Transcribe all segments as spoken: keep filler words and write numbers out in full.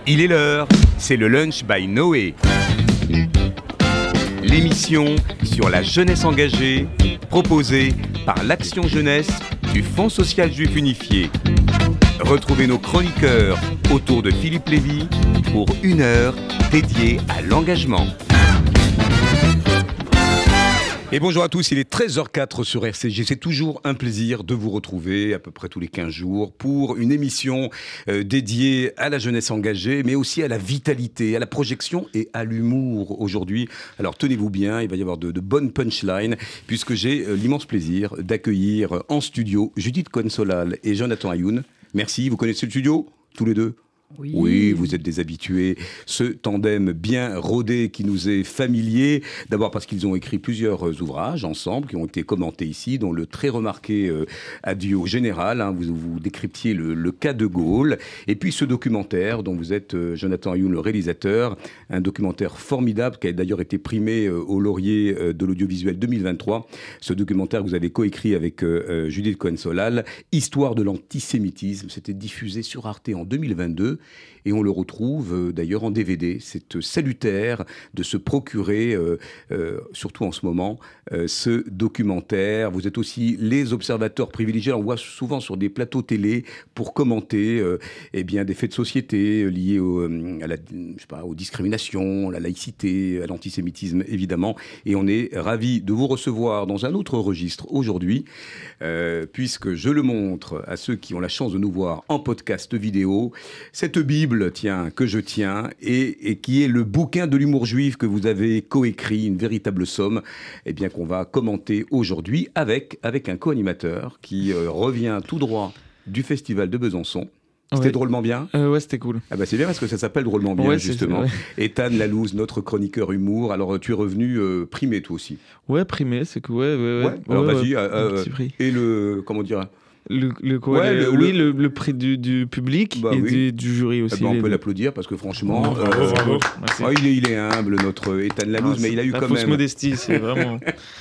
Il est l'heure, c'est le Lunch by Noé. L'émission sur la jeunesse engagée, proposée par l'Action Jeunesse du Fonds social juif unifié. Retrouvez nos chroniqueurs autour de Philippe Lévy pour une heure dédiée à l'engagement. Et bonjour à tous, il est treize heures quatre sur R C G. C'est toujours un plaisir de vous retrouver à peu près tous les quinze jours pour une émission euh, dédiée à la jeunesse engagée, mais aussi à la vitalité, à la projection et à l'humour aujourd'hui. Alors tenez-vous bien, il va y avoir de, de bonnes punchlines, puisque j'ai euh, l'immense plaisir d'accueillir euh, en studio Judith Cohen-Solal et Jonathan Ayoun. Merci, vous connaissez le studio, tous les deux ? Oui. oui, vous êtes des habitués. Ce tandem bien rodé qui nous est familier, d'abord parce qu'ils ont écrit plusieurs ouvrages ensemble qui ont été commentés ici, dont le très remarqué euh, Adieu au général, hein, vous, vous décryptiez le, le cas de Gaulle, et puis ce documentaire dont vous êtes, euh, Jonathan Ayoun, le réalisateur, un documentaire formidable qui a d'ailleurs été primé euh, au Laurier euh, de l'audiovisuel deux mille vingt-trois. Ce documentaire que vous avez coécrit avec euh, euh, Judith Cohen-Solal, Histoire de l'antisémitisme, c'était diffusé sur Arte en deux mille vingt-deux. Et on le retrouve euh, d'ailleurs en D V D. C'est salutaire de se procurer, euh, euh, surtout en ce moment, euh, ce documentaire. Vous êtes aussi les observateurs privilégiés. On voit souvent sur des plateaux télé pour commenter euh, eh bien, des faits de société liés au, à la, je sais pas, aux discriminations, à la laïcité, à l'antisémitisme évidemment. Et on est ravis de vous recevoir dans un autre registre aujourd'hui, euh, puisque je le montre à ceux qui ont la chance de nous voir en podcast vidéo. Cette Bible, tiens, que je tiens, et, et qui est le bouquin de l'humour juif que vous avez coécrit, une véritable somme, eh bien qu'on va commenter aujourd'hui avec, avec un co-animateur qui euh, revient tout droit du festival de Besançon. C'était ouais. drôlement bien euh, Ouais, c'était cool. Ah bah c'est bien parce que ça s'appelle drôlement bien, ouais, justement. Ethan Lalouz, notre chroniqueur humour. Alors, tu es revenu euh, primé, toi aussi. Ouais, primé, c'est cool. Ouais, ouais, ouais. ouais. Alors, ouais, vas-y. ouais, Euh, et le... Comment dire Le, le, quoi, ouais, le, le, oui, le, le prix du, du public bah et oui. du, du jury aussi. Eh ben on peut deux. l'applaudir parce que franchement, oh, euh, bravo, bravo. Oh, il, est, il est humble, notre Ethan Lalouz, ah, mais il a eu la quand fausse même. modestie, c'est vraiment.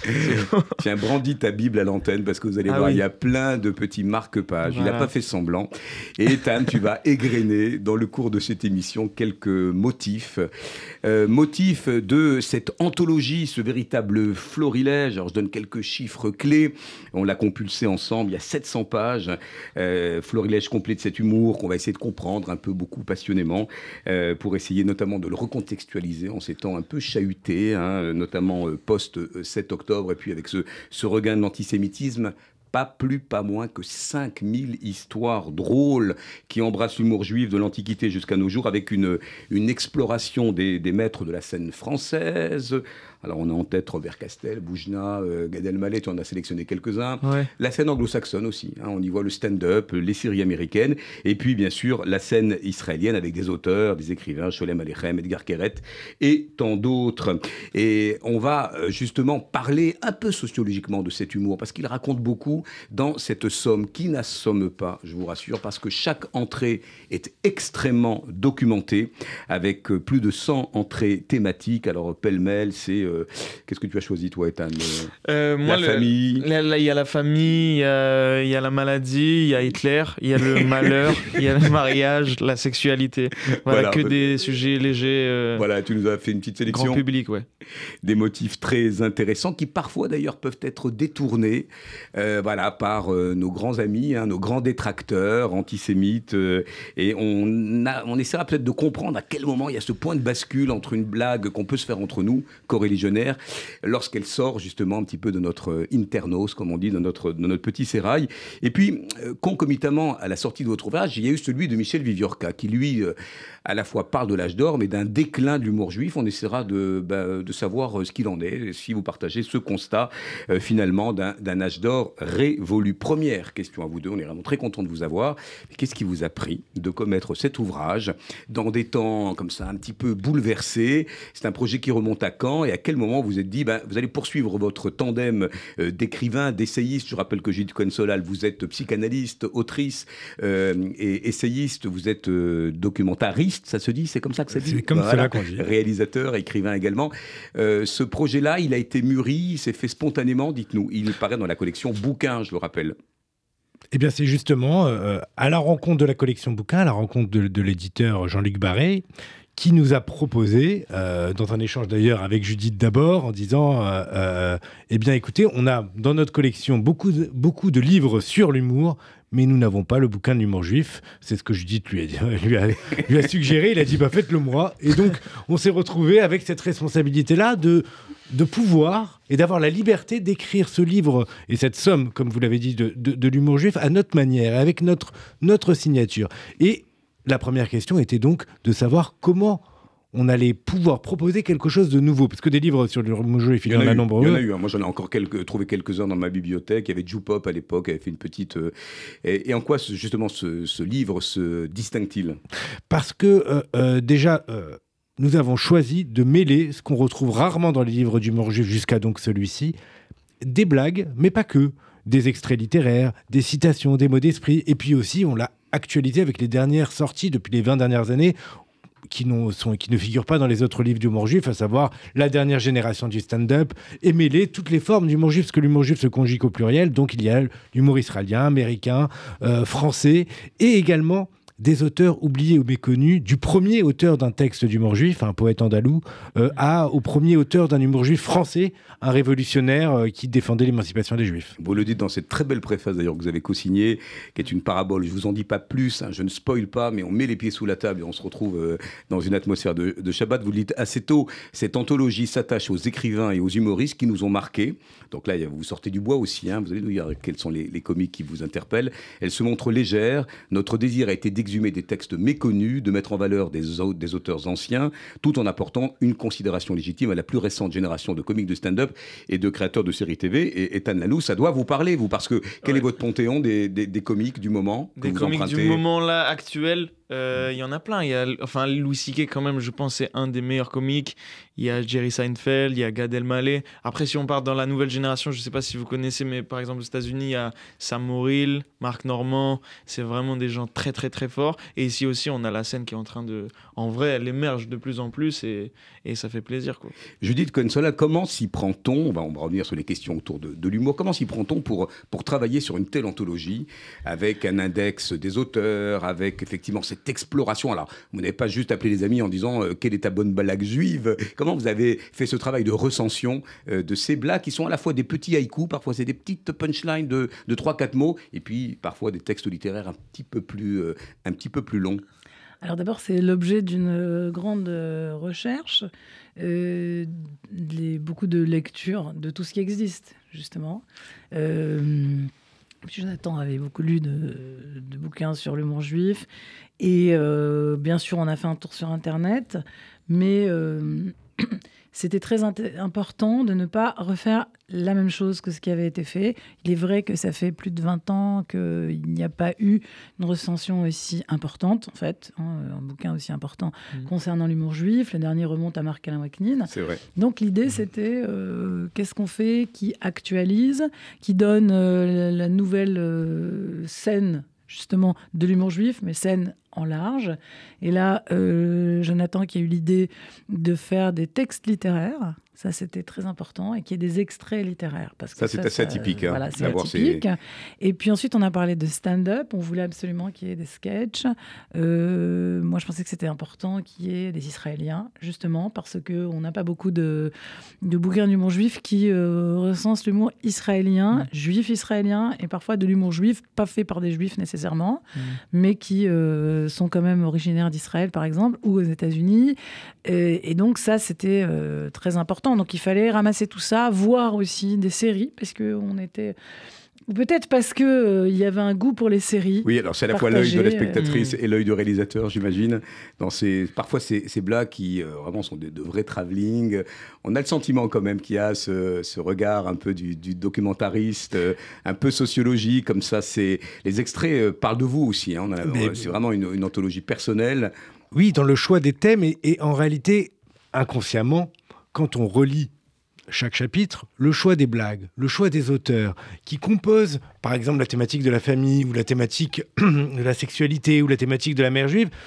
Tiens, brandis ta Bible à l'antenne parce que vous allez ah, voir, oui. il y a plein de petits marque-pages. Voilà. Il n'a pas fait semblant. Et Ethan, tu vas égrener dans le cours de cette émission quelques motifs. Euh, motifs de cette anthologie, ce véritable florilège. Alors, je donne quelques chiffres clés. On l'a compulsé ensemble. Il y a sept cents pages, euh, florilège complet de cet humour qu'on va essayer de comprendre un peu beaucoup passionnément euh, pour essayer notamment de le recontextualiser en ces temps un peu chahutés, hein, notamment euh, post-sept octobre et puis avec ce, ce regain de l'antisémitisme. Pas plus, pas moins que cinq mille histoires drôles qui embrassent l'humour juif de l'Antiquité jusqu'à nos jours avec une, une exploration des, des maîtres de la scène française. Alors, on a en tête Robert Castel, Boujna, euh, Gad Elmaleh, on a sélectionné quelques-uns. Ouais. La scène anglo-saxonne aussi, hein, on y voit le stand-up, les séries américaines, et puis, bien sûr, la scène israélienne avec des auteurs, des écrivains, Sholem Aleichem, Edgar Keret, et tant d'autres. Et on va euh, justement parler un peu sociologiquement de cet humour, parce qu'il raconte beaucoup dans cette somme qui n'assomme pas, je vous rassure, parce que chaque entrée est extrêmement documentée, avec euh, plus de cent entrées thématiques. Alors, pêle-mêle, c'est... Euh, qu'est-ce que tu as choisi, toi, Ethan ? euh, moi, La le, famille. Il y a la famille, il y a, y a la maladie, il y a Hitler, il y a le malheur, il y a le mariage, la sexualité. Voilà, voilà que des sujets légers. Euh, voilà, tu nous as fait une petite sélection. Grand public, ouais. Des motifs très intéressants qui, parfois, d'ailleurs, peuvent être détournés euh, voilà, par euh, nos grands amis, hein, nos grands détracteurs antisémites. Euh, et on, a, on essaiera peut-être de comprendre à quel moment il y a ce point de bascule entre une blague qu'on peut se faire entre nous, co-religionnaires, lorsqu'elle sort justement un petit peu de notre internos, comme on dit, de notre, de notre petit sérail. Et puis, euh, concomitamment à la sortie de votre ouvrage, il y a eu celui de Michel Viviorca, qui lui, euh, à la fois parle de l'âge d'or, mais d'un déclin de l'humour juif. On essaiera de, bah, de savoir ce qu'il en est, si vous partagez ce constat, euh, finalement, d'un, d'un âge d'or révolu. Première question à vous deux, on est vraiment très content de vous avoir. Mais qu'est-ce qui vous a pris de commettre cet ouvrage dans des temps comme ça, un petit peu bouleversés ? C'est un projet qui remonte à quand et à quel moment vous vous êtes dit, ben, vous allez poursuivre votre tandem euh, d'écrivains, d'essayistes. Je rappelle que Judith Cohen-Solal, vous êtes psychanalyste, autrice euh, et essayiste, vous êtes euh, documentariste, ça se dit, c'est comme ça que ça dit. C'est comme voilà. cela qu'on dit. Réalisateur, écrivain également. Euh, ce projet-là, il a été mûri, il s'est fait spontanément, dites-nous. Il paraît dans la collection Bouquins, je le rappelle. Eh bien, c'est justement euh, à la rencontre de la collection bouquins, à la rencontre de, de l'éditeur Jean-Luc Barré, qui nous a proposé, euh, dans un échange d'ailleurs avec Judith d'abord, en disant euh, euh, eh bien, écoutez, on a dans notre collection beaucoup de, beaucoup de livres sur l'humour, mais nous n'avons pas le bouquin de l'humour juif. C'est ce que Judith lui a, dit, lui a, lui a suggéré. Il a dit bah, faites-le moi. Et donc, on s'est retrouvé avec cette responsabilité-là de, de pouvoir et d'avoir la liberté d'écrire ce livre et cette somme, comme vous l'avez dit, de, de, de l'humour juif à notre manière, avec notre, notre signature. Et la première question était donc de savoir comment on allait pouvoir proposer quelque chose de nouveau. Parce que des livres sur l'humour juif, il y en a nombreux. Il y en a eu. Moi, j'en ai encore quelques, trouvé quelques-uns dans ma bibliothèque. Il y avait Jupop à l'époque, avait fait une petite... Euh, et, et en quoi, ce, justement, ce, ce livre se distingue-t-il ? Parce que, euh, euh, déjà... Euh, nous avons choisi de mêler ce qu'on retrouve rarement dans les livres d'humour juif jusqu'à donc celui-ci, des blagues, mais pas que, des extraits littéraires, des citations, des mots d'esprit, et puis aussi on l'a actualisé avec les dernières sorties depuis les vingt dernières années qui, sont, qui ne figurent pas dans les autres livres d'humour juif, à savoir la dernière génération du stand-up, et mêler toutes les formes d'humour juif, parce que l'humour juif se conjugue au pluriel, donc il y a l'humour israélien, américain, euh, français, et également des auteurs oubliés ou méconnus, du premier auteur d'un texte d'humour juif, un poète andalou, euh, à, au premier auteur d'un humour juif français, un révolutionnaire euh, qui défendait l'émancipation des Juifs. Vous le dites dans cette très belle préface d'ailleurs que vous avez co-signée, qui est une parabole. Je ne vous en dis pas plus, hein, je ne spoil pas, mais on met les pieds sous la table et on se retrouve euh, dans une atmosphère de, de Shabbat. Vous le dites assez tôt, cette anthologie s'attache aux écrivains et aux humoristes qui nous ont marqués. Donc là, vous sortez du bois aussi, hein, vous allez nous dire quels sont les, les comiques qui vous interpellent. Elle se montre légère. Notre désir a été d'exhumer des textes méconnus, de mettre en valeur des, des auteurs anciens, tout en apportant une considération légitime à la plus récente génération de comiques de stand-up et de créateurs de séries T V. Et Ethan Lalou, ça doit vous parler, vous, parce que quel ouais. est votre panthéon des, des, des comiques du moment que Des vous comiques empruntez ? Du moment là, actuel, il euh, y en a plein. Il y a, enfin, Louis C K quand même, je pense, c'est un des meilleurs comiques. Il y a Jerry Seinfeld, il y a Gad Elmaleh. Après, si on part dans la nouvelle génération, je ne sais pas si vous connaissez, mais par exemple aux États-Unis, il y a Sam Morrill, Mark Normand. C'est vraiment des gens très, très, très forts. Et ici aussi, on a la scène qui est en train de... En vrai, elle émerge de plus en plus et, et ça fait plaisir, quoi. Judith Cohen-Solal, comment s'y prend-on ? On va, on va revenir sur les questions autour de, de l'humour. Comment s'y prend-on pour, pour travailler sur une telle anthologie avec un index des auteurs, avec effectivement cette exploration ? Alors, vous n'avez pas juste appelé les amis en disant euh, « Quelle est ta bonne blague juive ?» Comment vous avez fait ce travail de recension euh, de ces blagues qui sont à la fois des petits haïkus, parfois c'est des petites punchlines de, de trois quatre mots, et puis parfois des textes littéraires un petit peu plus, euh, un petit peu plus longs. Alors d'abord, c'est l'objet d'une grande recherche, euh, les, beaucoup de lectures de tout ce qui existe, justement. Euh, Jonathan avait beaucoup lu de, de bouquins sur l'humour juif, et euh, bien sûr, on a fait un tour sur Internet, mais... Euh, c'était très int- important de ne pas refaire la même chose que ce qui avait été fait. Il est vrai que ça fait plus de vingt ans qu'il n'y a pas eu une recension aussi importante, en fait, hein, un bouquin aussi important mmh. concernant l'humour juif. Le dernier remonte à Marc-Alain Waknin. C'est vrai. Donc l'idée, c'était euh, qu'est-ce qu'on fait qui actualise, qui donne euh, la nouvelle euh, scène justement de l'humour juif, mais scène en large. Et là, euh, Jonathan qui a eu l'idée de faire des textes littéraires, ça c'était très important, et qu'il y ait des extraits littéraires. Parce que ça, c'est ça, assez ça, atypique. Hein, voilà, c'est atypique. Ces... Et puis ensuite, on a parlé de stand-up. On voulait absolument qu'il y ait des sketchs. Euh, moi, je pensais que c'était important qu'il y ait des Israéliens, justement, parce qu'on n'a pas beaucoup de, de bouquins d'humour juif qui euh, recensent l'humour israélien, mmh. juif israélien, et parfois de l'humour juif, pas fait par des juifs nécessairement, mmh. mais qui euh, sont quand même originaires d'Israël, par exemple, ou aux États-Unis. Et, et donc, ça, c'était euh, très important. Donc, il fallait ramasser tout ça, voir aussi des séries, parce qu'on était... Peut-être parce qu'il euh, y avait un goût pour les séries. Oui, alors c'est à la fois l'œil de la spectatrice euh... et l'œil du réalisateur, j'imagine. Dans ces, parfois, ces, ces blagues qui euh, vraiment sont de, de vrais travelling. On a le sentiment quand même qu'il y a ce, ce regard un peu du, du documentariste, euh, un peu sociologique, comme ça. C'est... Les extraits euh, parlent de vous aussi. Hein. On a, Mais... C'est vraiment une, une anthologie personnelle. Oui, dans le choix des thèmes et, et en réalité, inconsciemment, quand on relit chaque chapitre, le choix des blagues, le choix des auteurs qui composent, par exemple, la thématique de la famille ou la thématique de la sexualité ou la thématique de la mère juive,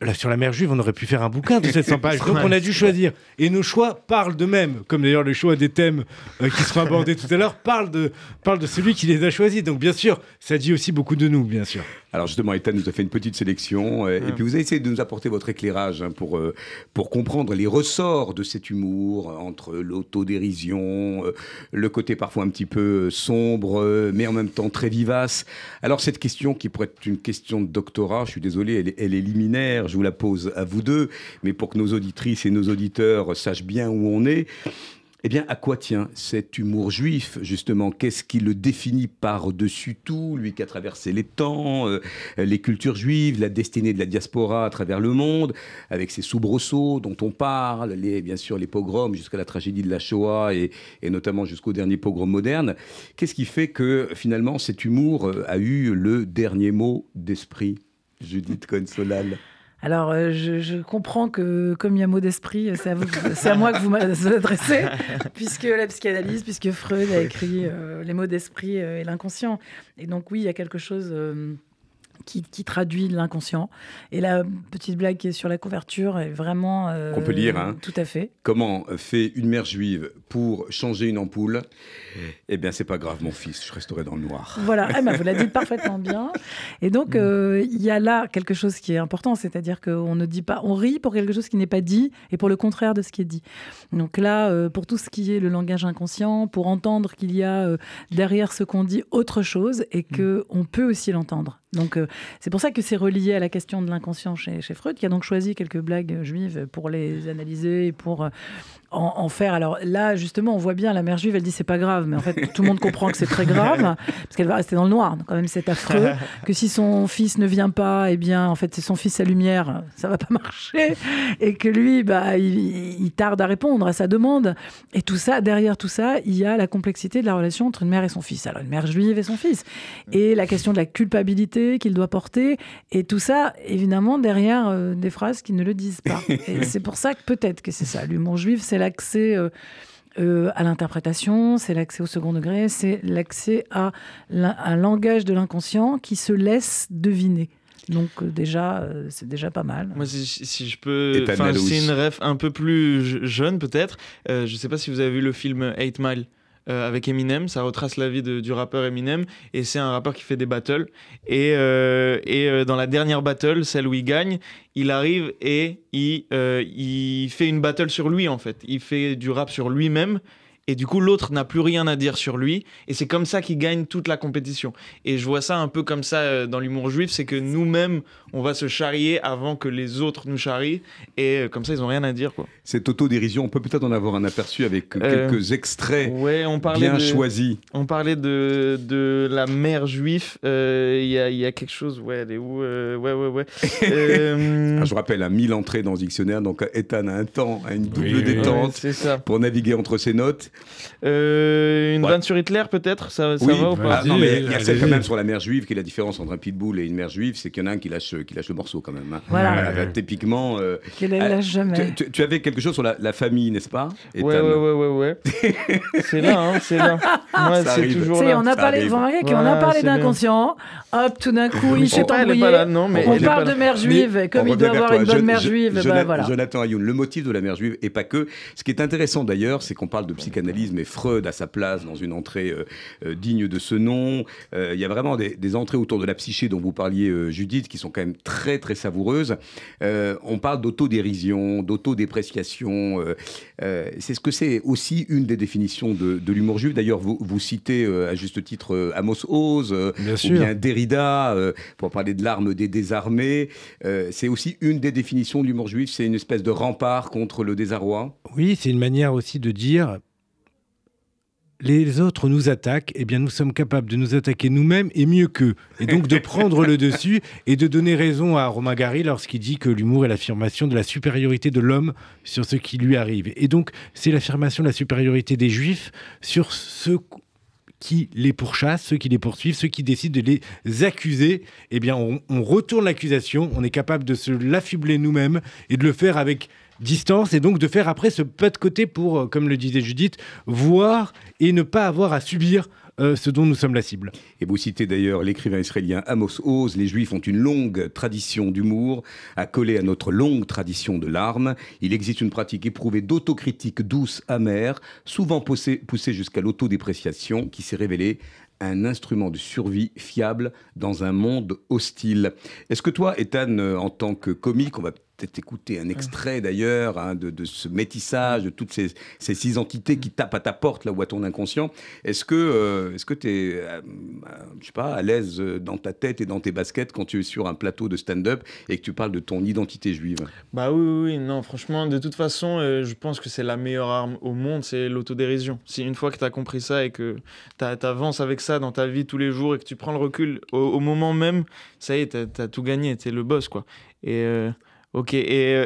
là, sur la mère juive, on aurait pu faire un bouquin de sept cents pages. Donc, on a dû choisir. Et nos choix parlent d'eux-mêmes. Comme d'ailleurs, le choix des thèmes euh, qui seront abordés tout à l'heure parle de, parle de celui qui les a choisis. Donc, bien sûr, ça dit aussi beaucoup de nous, bien sûr. Alors, justement, Ethan nous a fait une petite sélection. Euh, ouais. Et puis, vous avez essayé de nous apporter votre éclairage hein, pour, euh, pour comprendre les ressorts de cet humour entre l'autodérision, euh, le côté parfois un petit peu sombre, euh, mais en même temps très vivace. Alors, cette question qui pourrait être une question de doctorat, je suis désolé, elle est, elle est liminaire. Je vous la pose à vous deux, mais pour que nos auditrices et nos auditeurs sachent bien où on est, eh bien, à quoi tient cet humour juif, justement ? Qu'est-ce qui le définit par-dessus tout, lui qui a traversé les temps, euh, les cultures juives, la destinée de la diaspora à travers le monde, avec ces soubresauts dont on parle, les, bien sûr les pogroms jusqu'à la tragédie de la Shoah et, et notamment jusqu'au dernier pogrom moderne. Qu'est-ce qui fait que, finalement, cet humour a eu le dernier mot d'esprit ? Judith Cohen-Solal. Alors, euh, je, je comprends que, comme il y a mot d'esprit, c'est à, vous, c'est à moi que vous m'adressez, puisque la psychanalyse, puisque Freud a écrit euh, les mots d'esprit euh, et l'inconscient. Et donc, oui, il y a quelque chose euh, qui, qui traduit l'inconscient. Et la petite blague qui est sur la couverture est vraiment... Euh, On peut lire, hein. Tout à fait. Comment fait une mère juive pour changer une ampoule ? Eh bien, c'est pas grave, mon fils, je resterai dans le noir. Voilà, ah ben, vous l'avez dit parfaitement bien. Et donc, euh, il y a là quelque chose qui est important, c'est-à-dire qu'on ne dit pas, on rit pour quelque chose qui n'est pas dit et pour le contraire de ce qui est dit. Donc là, euh, pour tout ce qui est le langage inconscient, pour entendre qu'il y a euh, derrière ce qu'on dit autre chose et qu'on peut aussi l'entendre. Donc, euh, c'est pour ça que c'est relié à la question de l'inconscient chez, chez Freud, qui a donc choisi quelques blagues juives pour les analyser et pour... Euh, En, en faire. Alors là, justement, on voit bien la mère juive, elle dit c'est pas grave, mais en fait, tout le monde comprend que c'est très grave, parce qu'elle va rester dans le noir. Donc, quand même, c'est affreux. Que si son fils ne vient pas, eh bien, en fait, c'est son fils sa lumière, ça va pas marcher. Et que lui, bah, il, il tarde à répondre à sa demande. Et tout ça, derrière tout ça, il y a la complexité de la relation entre une mère et son fils. Alors, une mère juive et son fils. Et la question de la culpabilité qu'il doit porter. Et tout ça, évidemment, derrière euh, des phrases qui ne le disent pas. Et c'est pour ça que peut-être que c'est ça. L'humour juif, c'est l'accès euh, euh, à l'interprétation, c'est l'accès au second degré, c'est l'accès à un langage de l'inconscient qui se laisse deviner. Donc euh, déjà, euh, c'est déjà pas mal. Moi, si, si je peux... Enfin, c'est une ref un peu plus jeune, peut-être. Euh, je ne sais pas si vous avez vu le film Eight Mile. Euh, avec Eminem, ça retrace la vie de, du rappeur Eminem, et c'est un rappeur qui fait des battles, et, euh, et euh, dans la dernière battle, celle où il gagne, il arrive et il, euh, il fait une battle sur lui en fait, il fait du rap sur lui-même, et du coup l'autre n'a plus rien à dire sur lui, et c'est comme ça qu'il gagne toute la compétition. Et je vois ça un peu comme ça euh, dans l'humour juif, c'est que nous-mêmes on va se charrier avant que les autres nous charrient, et euh, comme ça ils ont rien à dire quoi. Cette autodérision, on peut peut-être en avoir un aperçu avec euh, quelques extraits ouais, on bien de, choisis. On parlait de, de la mère juive, il euh, y, a, y a quelque chose, ouais, elle est où euh, Ouais, ouais, ouais. euh... ah, je rappelle, à mille entrées dans le dictionnaire, donc Ethan a un temps, a une double oui, détente oui, oui, pour naviguer entre ses notes. Euh, une ouais. vanne sur Hitler, peut-être ça, ça oui, va ou pas ah, non, mais il y a celle quand même sur la mère juive, qui est la différence entre un pitbull et une mère juive, c'est qu'il y en a un qui lâche, qui lâche le morceau quand même. Hein. Voilà. voilà bah, typiquement. Euh, Qu'elle euh, lâche jamais. Tu, tu, tu avais quelque chose sur la, la famille, n'est-ce pas, Ethan? Ouais, ouais, ouais, ouais, ouais. c'est là, hein, c'est là. Moi, ça c'est arrive. toujours c'est, là. On a parlé, vous remarquez qu'on a parlé d'inconscient. Hop, tout d'un coup, il s'est embrouillé. Là, non, mais on parle de mère juive, comme il doit avoir une bonne mère juive. Jonathan Ayoun, le motif de la mère juive, et pas que. Ce qui est intéressant d'ailleurs, c'est qu'on parle de psychanalyse, mais Freud a sa place dans une entrée euh, euh, digne de ce nom. Il euh, y a vraiment des, des entrées autour de la psyché dont vous parliez, euh, Judith, qui sont quand même très, très savoureuses. Euh, on parle d'autodérision, d'autodépréciation. Euh, euh, c'est ce que c'est aussi une des définitions de, de l'humour juif. D'ailleurs, vous, vous citez euh, à juste titre euh, Amos Oz, euh, ou bien Derrida, euh, pour parler de l'arme des désarmés. Euh, c'est aussi une des définitions de l'humour juif. C'est une espèce de rempart contre le désarroi. Oui, c'est une manière aussi de dire... les autres nous attaquent, eh bien nous sommes capables de nous attaquer nous-mêmes et mieux qu'eux. Et donc de prendre le dessus et de donner raison à Romain Gary lorsqu'il dit que l'humour est l'affirmation de la supériorité de l'homme sur ce qui lui arrive. Et donc c'est l'affirmation de la supériorité des Juifs sur ceux qui les pourchassent, ceux qui les poursuivent, ceux qui décident de les accuser. Eh bien on, on retourne l'accusation, on est capable de se l'affubler nous-mêmes et de le faire avec distance et donc de faire après ce pas de côté pour, comme le disait Judith, voir et ne pas avoir à subir Euh, ce dont nous sommes la cible. Et vous citez d'ailleurs l'écrivain israélien Amos Oz, les Juifs ont une longue tradition d'humour, accolée à notre longue tradition de larmes. Il existe une pratique éprouvée d'autocritique douce, amère, souvent poussée, poussée jusqu'à l'autodépréciation, qui s'est révélée un instrument de survie fiable dans un monde hostile. Est-ce que toi, Ethan, en tant que comique, on va peut-être écouter un extrait d'ailleurs hein, de, de ce métissage, de toutes ces, ces identités qui tapent à ta porte, là ou à ton inconscient. Est-ce que euh, est-ce que tu es, euh, je sais pas, à l'aise dans ta tête et dans tes baskets quand tu es sur un plateau de stand-up et que tu parles de ton identité juive ? Bah oui, oui, oui, non, franchement, de toute façon, euh, je pense que c'est la meilleure arme au monde, c'est l'autodérision. Si une fois que tu as compris ça et que tu avances avec ça dans ta vie tous les jours et que tu prends le recul au, au moment même, ça y est, tu as tout gagné, tu es le boss, quoi. Et... Euh... Ok, et,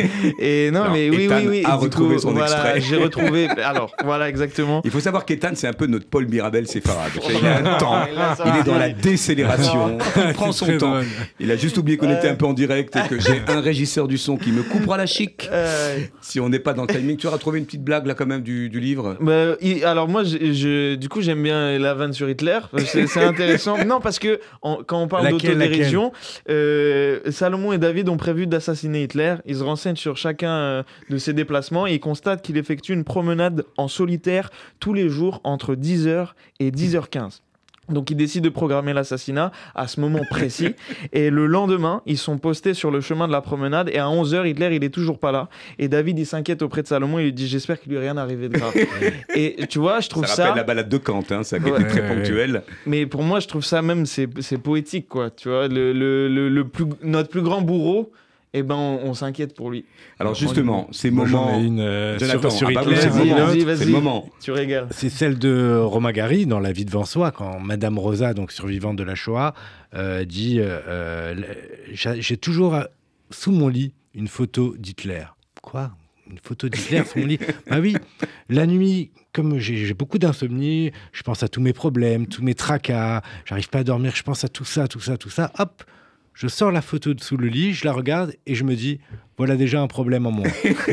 et non, alors, mais oui, Ethan oui, oui. a retrouvé coup, son voilà, extrait. J'ai retrouvé, alors, voilà, exactement. Il faut savoir qu'Ethan, c'est un peu notre Paul Mirabel séfarade. Il a un temps, il est dans la décélération, il prend son temps. Drôle. Il a juste oublié qu'on était un peu en direct et que j'ai un régisseur du son qui me coupera la chic. Euh... Si on n'est pas dans le timing, tu as retrouvé une petite blague là quand même du, du livre. Bah, il, alors moi, je, je, du coup, j'aime bien la vanne sur Hitler. C'est intéressant. Non, parce que en, quand on parle d'autodérision, euh, Salomon et David ont prévu d'assassiner assassiner Hitler. Ils se renseignent sur chacun euh, de ses déplacements et ils constatent qu'il effectue une promenade en solitaire tous les jours entre dix heures et dix heures quinze. Donc ils décident de programmer l'assassinat à ce moment précis et le lendemain ils sont postés sur le chemin de la promenade et à onze heures Hitler il est toujours pas là et David il s'inquiète auprès de Salomon, il lui dit j'espère qu'il lui est rien arrivé de grave. Et tu vois je trouve ça... Ça rappelle ça... la balade de Kant, hein, ça a été ouais, très ouais, ponctuel. Ouais. Mais pour moi je trouve ça même c'est, c'est poétique quoi, tu vois, le, le, le, le plus... notre plus grand bourreau eh ben, on, on s'inquiète pour lui. Alors justement, ces moments... Une, euh, Jonathan, sur, sur ah Hitler, bah, vas-y, vas-y, vas-y, c'est le moment. Tu régales. C'est celle de Romain Gary dans La vie devant soi, quand Madame Rosa, donc survivante de la Shoah, euh, dit euh, « J'ai toujours sous mon lit une photo d'Hitler. » Quoi ? Une photo d'Hitler sous mon lit ? Bah oui, la nuit... Comme j'ai, j'ai beaucoup d'insomnie, je pense à tous mes problèmes, tous mes tracas, j'arrive pas à dormir, je pense à tout ça, tout ça, tout ça, hop, je sors la photo de sous le lit, je la regarde et je me dis, voilà déjà un problème en moi.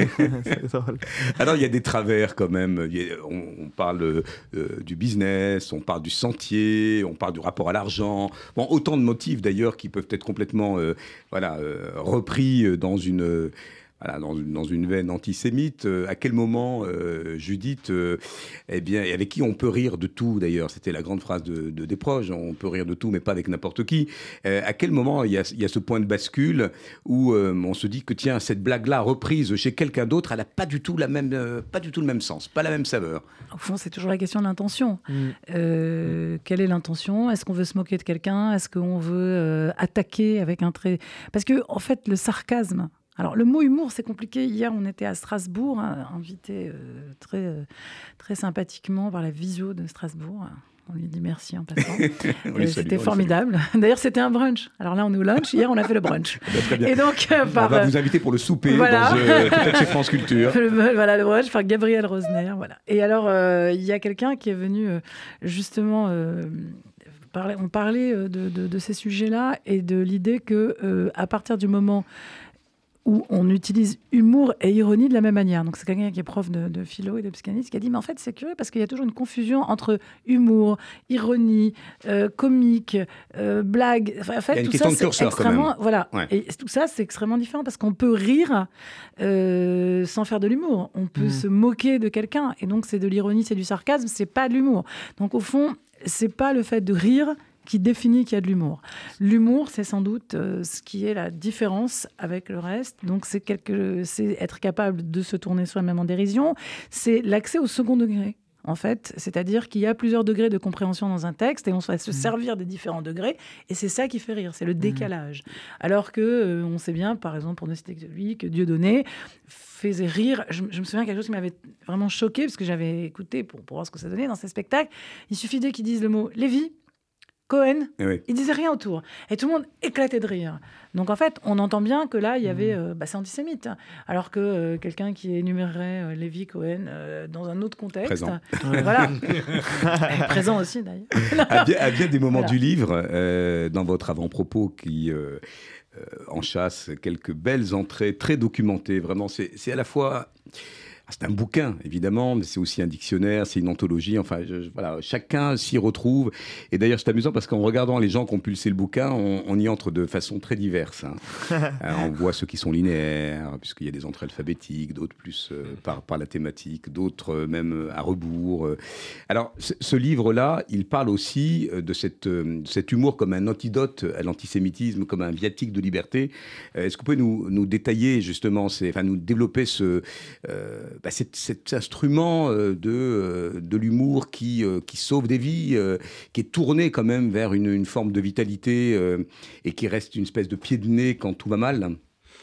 Alors il y a des travers quand même, a, on, on parle euh, du business, on parle du sentier, on parle du rapport à l'argent, bon, autant de motifs d'ailleurs qui peuvent être complètement euh, voilà, euh, repris dans une... Euh, Voilà, dans, dans une veine antisémite, euh, à quel moment, euh, Judith, euh, eh bien, et avec qui on peut rire de tout d'ailleurs, c'était la grande phrase de, de Desproges, on peut rire de tout mais pas avec n'importe qui, euh, à quel moment il y a, il y a ce point de bascule où euh, on se dit que tiens, cette blague-là reprise chez quelqu'un d'autre, elle n'a pas du tout la même, euh, pas du tout le même sens, pas la même saveur. Au fond, c'est toujours la question de l'intention. Mmh. Euh, mmh. Quelle est l'intention ? Est-ce qu'on veut se moquer de quelqu'un ? Est-ce qu'on veut euh, attaquer avec un trait ? Parce que, en fait, le sarcasme, alors, le mot humour, c'est compliqué. Hier, on était à Strasbourg, hein, invité euh, très, euh, très sympathiquement par la visio de Strasbourg. On lui dit merci en passant. euh, c'était formidable. D'ailleurs, c'était un brunch. Alors là, on est au lunch. Hier, on a fait le brunch. Bah, très bien. Et donc, euh, par, on va vous inviter pour le souper, voilà. dans, euh, peut-être chez France Culture. le, voilà, le brunch par Gabriel Rosner. Voilà. Et alors, il euh, y a quelqu'un qui est venu euh, justement... Euh, parler, on parlait de, de, de ces sujets-là et de l'idée que euh, à partir du moment où on utilise humour et ironie de la même manière. Donc c'est quelqu'un qui est prof de, de philo et de psychanalyse qui a dit, mais en fait c'est curieux parce qu'il y a toujours une confusion entre humour, ironie, euh, comique, euh, blague. Enfin, en fait, tout ça c'est extrêmement, voilà. Ouais. Et tout ça c'est extrêmement différent parce qu'on peut rire euh, sans faire de l'humour. On peut mmh. se moquer de quelqu'un et donc c'est de l'ironie, c'est du sarcasme, c'est pas de l'humour. Donc au fond, c'est pas le fait de rire qui définit qu'il y a de l'humour. L'humour, c'est sans doute euh, ce qui est la différence avec le reste. Donc, c'est, quelque, c'est être capable de se tourner soi-même en dérision. C'est l'accès au second degré, en fait. C'est-à-dire qu'il y a plusieurs degrés de compréhension dans un texte et on va se servir des différents degrés. Et c'est ça qui fait rire, c'est le décalage. Alors que euh, on sait bien, par exemple, pour ne citer que lui, que Dieudonné faisait rire. Je, je me souviens quelque chose qui m'avait vraiment choquée, parce que j'avais écouté pour, pour voir ce que ça donnait dans ces spectacles. Il suffisait qu'ils disent le mot « Lévi ». Cohen, oui. il disait rien autour. Et tout le monde éclatait de rire. Donc en fait, on entend bien que là, il y avait... Euh, bah, c'est antisémite. Alors que euh, quelqu'un qui énumérerait euh, Lévi Cohen euh, dans un autre contexte... Présent. Euh, voilà. Présent aussi, d'ailleurs. à, bien, à bien des moments Voilà. du livre, euh, dans votre avant-propos qui... Euh, euh, enchasse quelques belles entrées très documentées. Vraiment, c'est, c'est à la fois... C'est un bouquin, évidemment, mais c'est aussi un dictionnaire, c'est une anthologie. Enfin, je, je, voilà, chacun s'y retrouve. Et d'ailleurs, c'est amusant parce qu'en regardant les gens qui ont pulsé le bouquin, on, on y entre de façon très diverse. Hein. Alors, on voit ceux qui sont linéaires, puisqu'il y a des entrées alphabétiques, d'autres plus euh, par, par la thématique, d'autres euh, même à rebours. Alors, c- ce livre-là, il parle aussi de, cette, euh, de cet humour comme un antidote à l'antisémitisme, comme un viatique de liberté. Euh, est-ce que vous pouvez nous, nous détailler, justement, ces, enfin, nous développer ce... Euh, Bah, c'est, cet instrument euh, de, euh, de l'humour qui, euh, qui sauve des vies, euh, qui est tourné quand même vers une, une forme de vitalité euh, et qui reste une espèce de pied de nez quand tout va mal.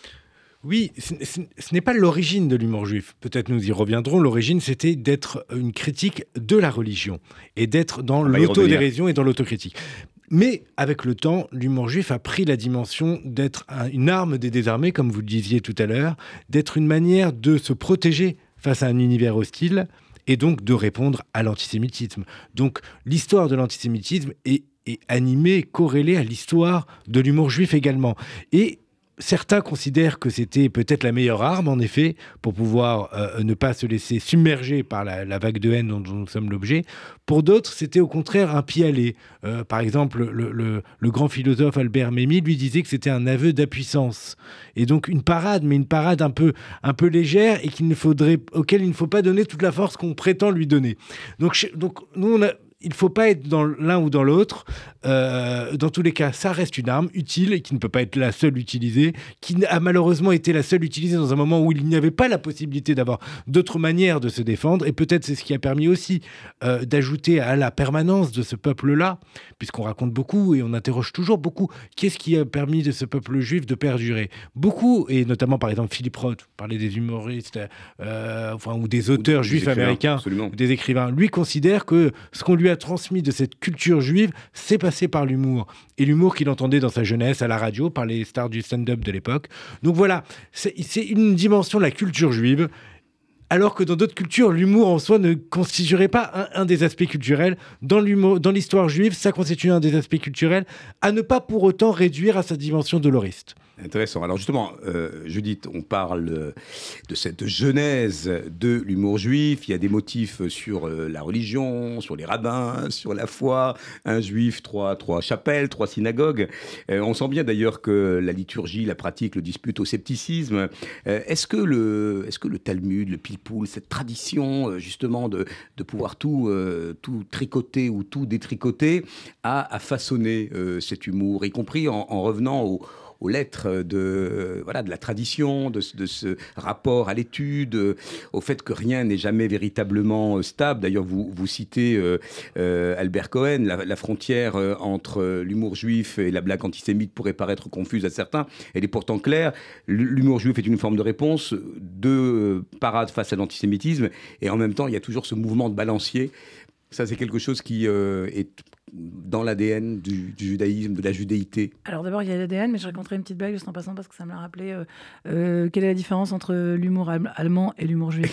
Oui, ce, ce, ce n'est pas l'origine de l'humour juif. Peut-être nous y reviendrons. L'origine, c'était d'être une critique de la religion et d'être dans l'autodérision et dans l'autocritique. Mais avec le temps, l'humour juif a pris la dimension d'être un, une arme des désarmés, comme vous le disiez tout à l'heure, d'être une manière de se protéger face à un univers hostile et donc de répondre à l'antisémitisme. Donc l'histoire de l'antisémitisme est, est animée, corrélée à l'histoire de l'humour juif également. Et certains considèrent que c'était peut-être la meilleure arme, en effet, pour pouvoir euh, ne pas se laisser submerger par la, la vague de haine dont, dont nous sommes l'objet. Pour d'autres, c'était au contraire un pis-aller. Euh, par exemple, le, le, le grand philosophe Albert Memmi lui disait que c'était un aveu d'impuissance. Et donc une parade, mais une parade un peu, un peu légère et qu'il ne faudrait, auquel il ne faut pas donner toute la force qu'on prétend lui donner. Donc, donc nous, on a... Il ne faut pas être dans l'un ou dans l'autre. Euh, dans tous les cas, ça reste une arme utile et qui ne peut pas être la seule utilisée, qui a malheureusement été la seule utilisée dans un moment où il n'y avait pas la possibilité d'avoir d'autres manières de se défendre. Et peut-être c'est ce qui a permis aussi euh, d'ajouter à la permanence de ce peuple-là, puisqu'on raconte beaucoup et on interroge toujours beaucoup. Qu'est-ce qui a permis de ce peuple juif de perdurer ? Beaucoup, et notamment par exemple Philippe Roth, vous parlez des humoristes euh, enfin, ou des auteurs ou des juifs américains, absolument. Ou des écrivains. Lui considère que ce qu'on lui a transmis de cette culture juive, c'est passé par l'humour. Et l'humour qu'il entendait dans sa jeunesse à la radio, par les stars du stand-up de l'époque. Donc voilà, c'est, c'est une dimension de la culture juive, alors que dans d'autres cultures, l'humour en soi ne constituerait pas un, un des aspects culturels. Dans, l'humour, dans l'histoire juive, ça constitue un des aspects culturels, à ne pas pour autant réduire à sa dimension doloriste. Intéressant. Alors justement, euh, Judith, on parle de cette genèse de l'humour juif. Il y a des motifs sur euh, la religion, sur les rabbins, sur la foi. Un juif, trois, trois chapelles, trois synagogues. Euh, on sent bien d'ailleurs que la liturgie, la pratique, le dispute au scepticisme. Euh, est-ce que le, est-ce que le Talmud, le Pilpoul, cette tradition euh, justement de, de pouvoir tout, euh, tout tricoter ou tout détricoter, a, a façonné euh, cet humour, y compris en, en revenant au aux lettres de, euh, voilà, de la tradition, de, de ce rapport à l'étude, euh, au fait que rien n'est jamais véritablement euh, stable. D'ailleurs, vous, vous citez euh, euh, Albert Cohen, la, la frontière euh, entre l'humour juif et la blague antisémite pourrait paraître confuse à certains. Elle est pourtant claire. L'humour juif est une forme de réponse, de euh, parade face à l'antisémitisme, et en même temps, il y a toujours ce mouvement de balancier. Ça, c'est quelque chose qui euh, est dans l'A D N du, du judaïsme, de la judéité. Alors d'abord, il y a l'A D N, mais je raconterai une petite blague juste en passant parce que ça me l'a rappelé. Euh, euh, quelle est la différence entre l'humour al- allemand et l'humour juif ?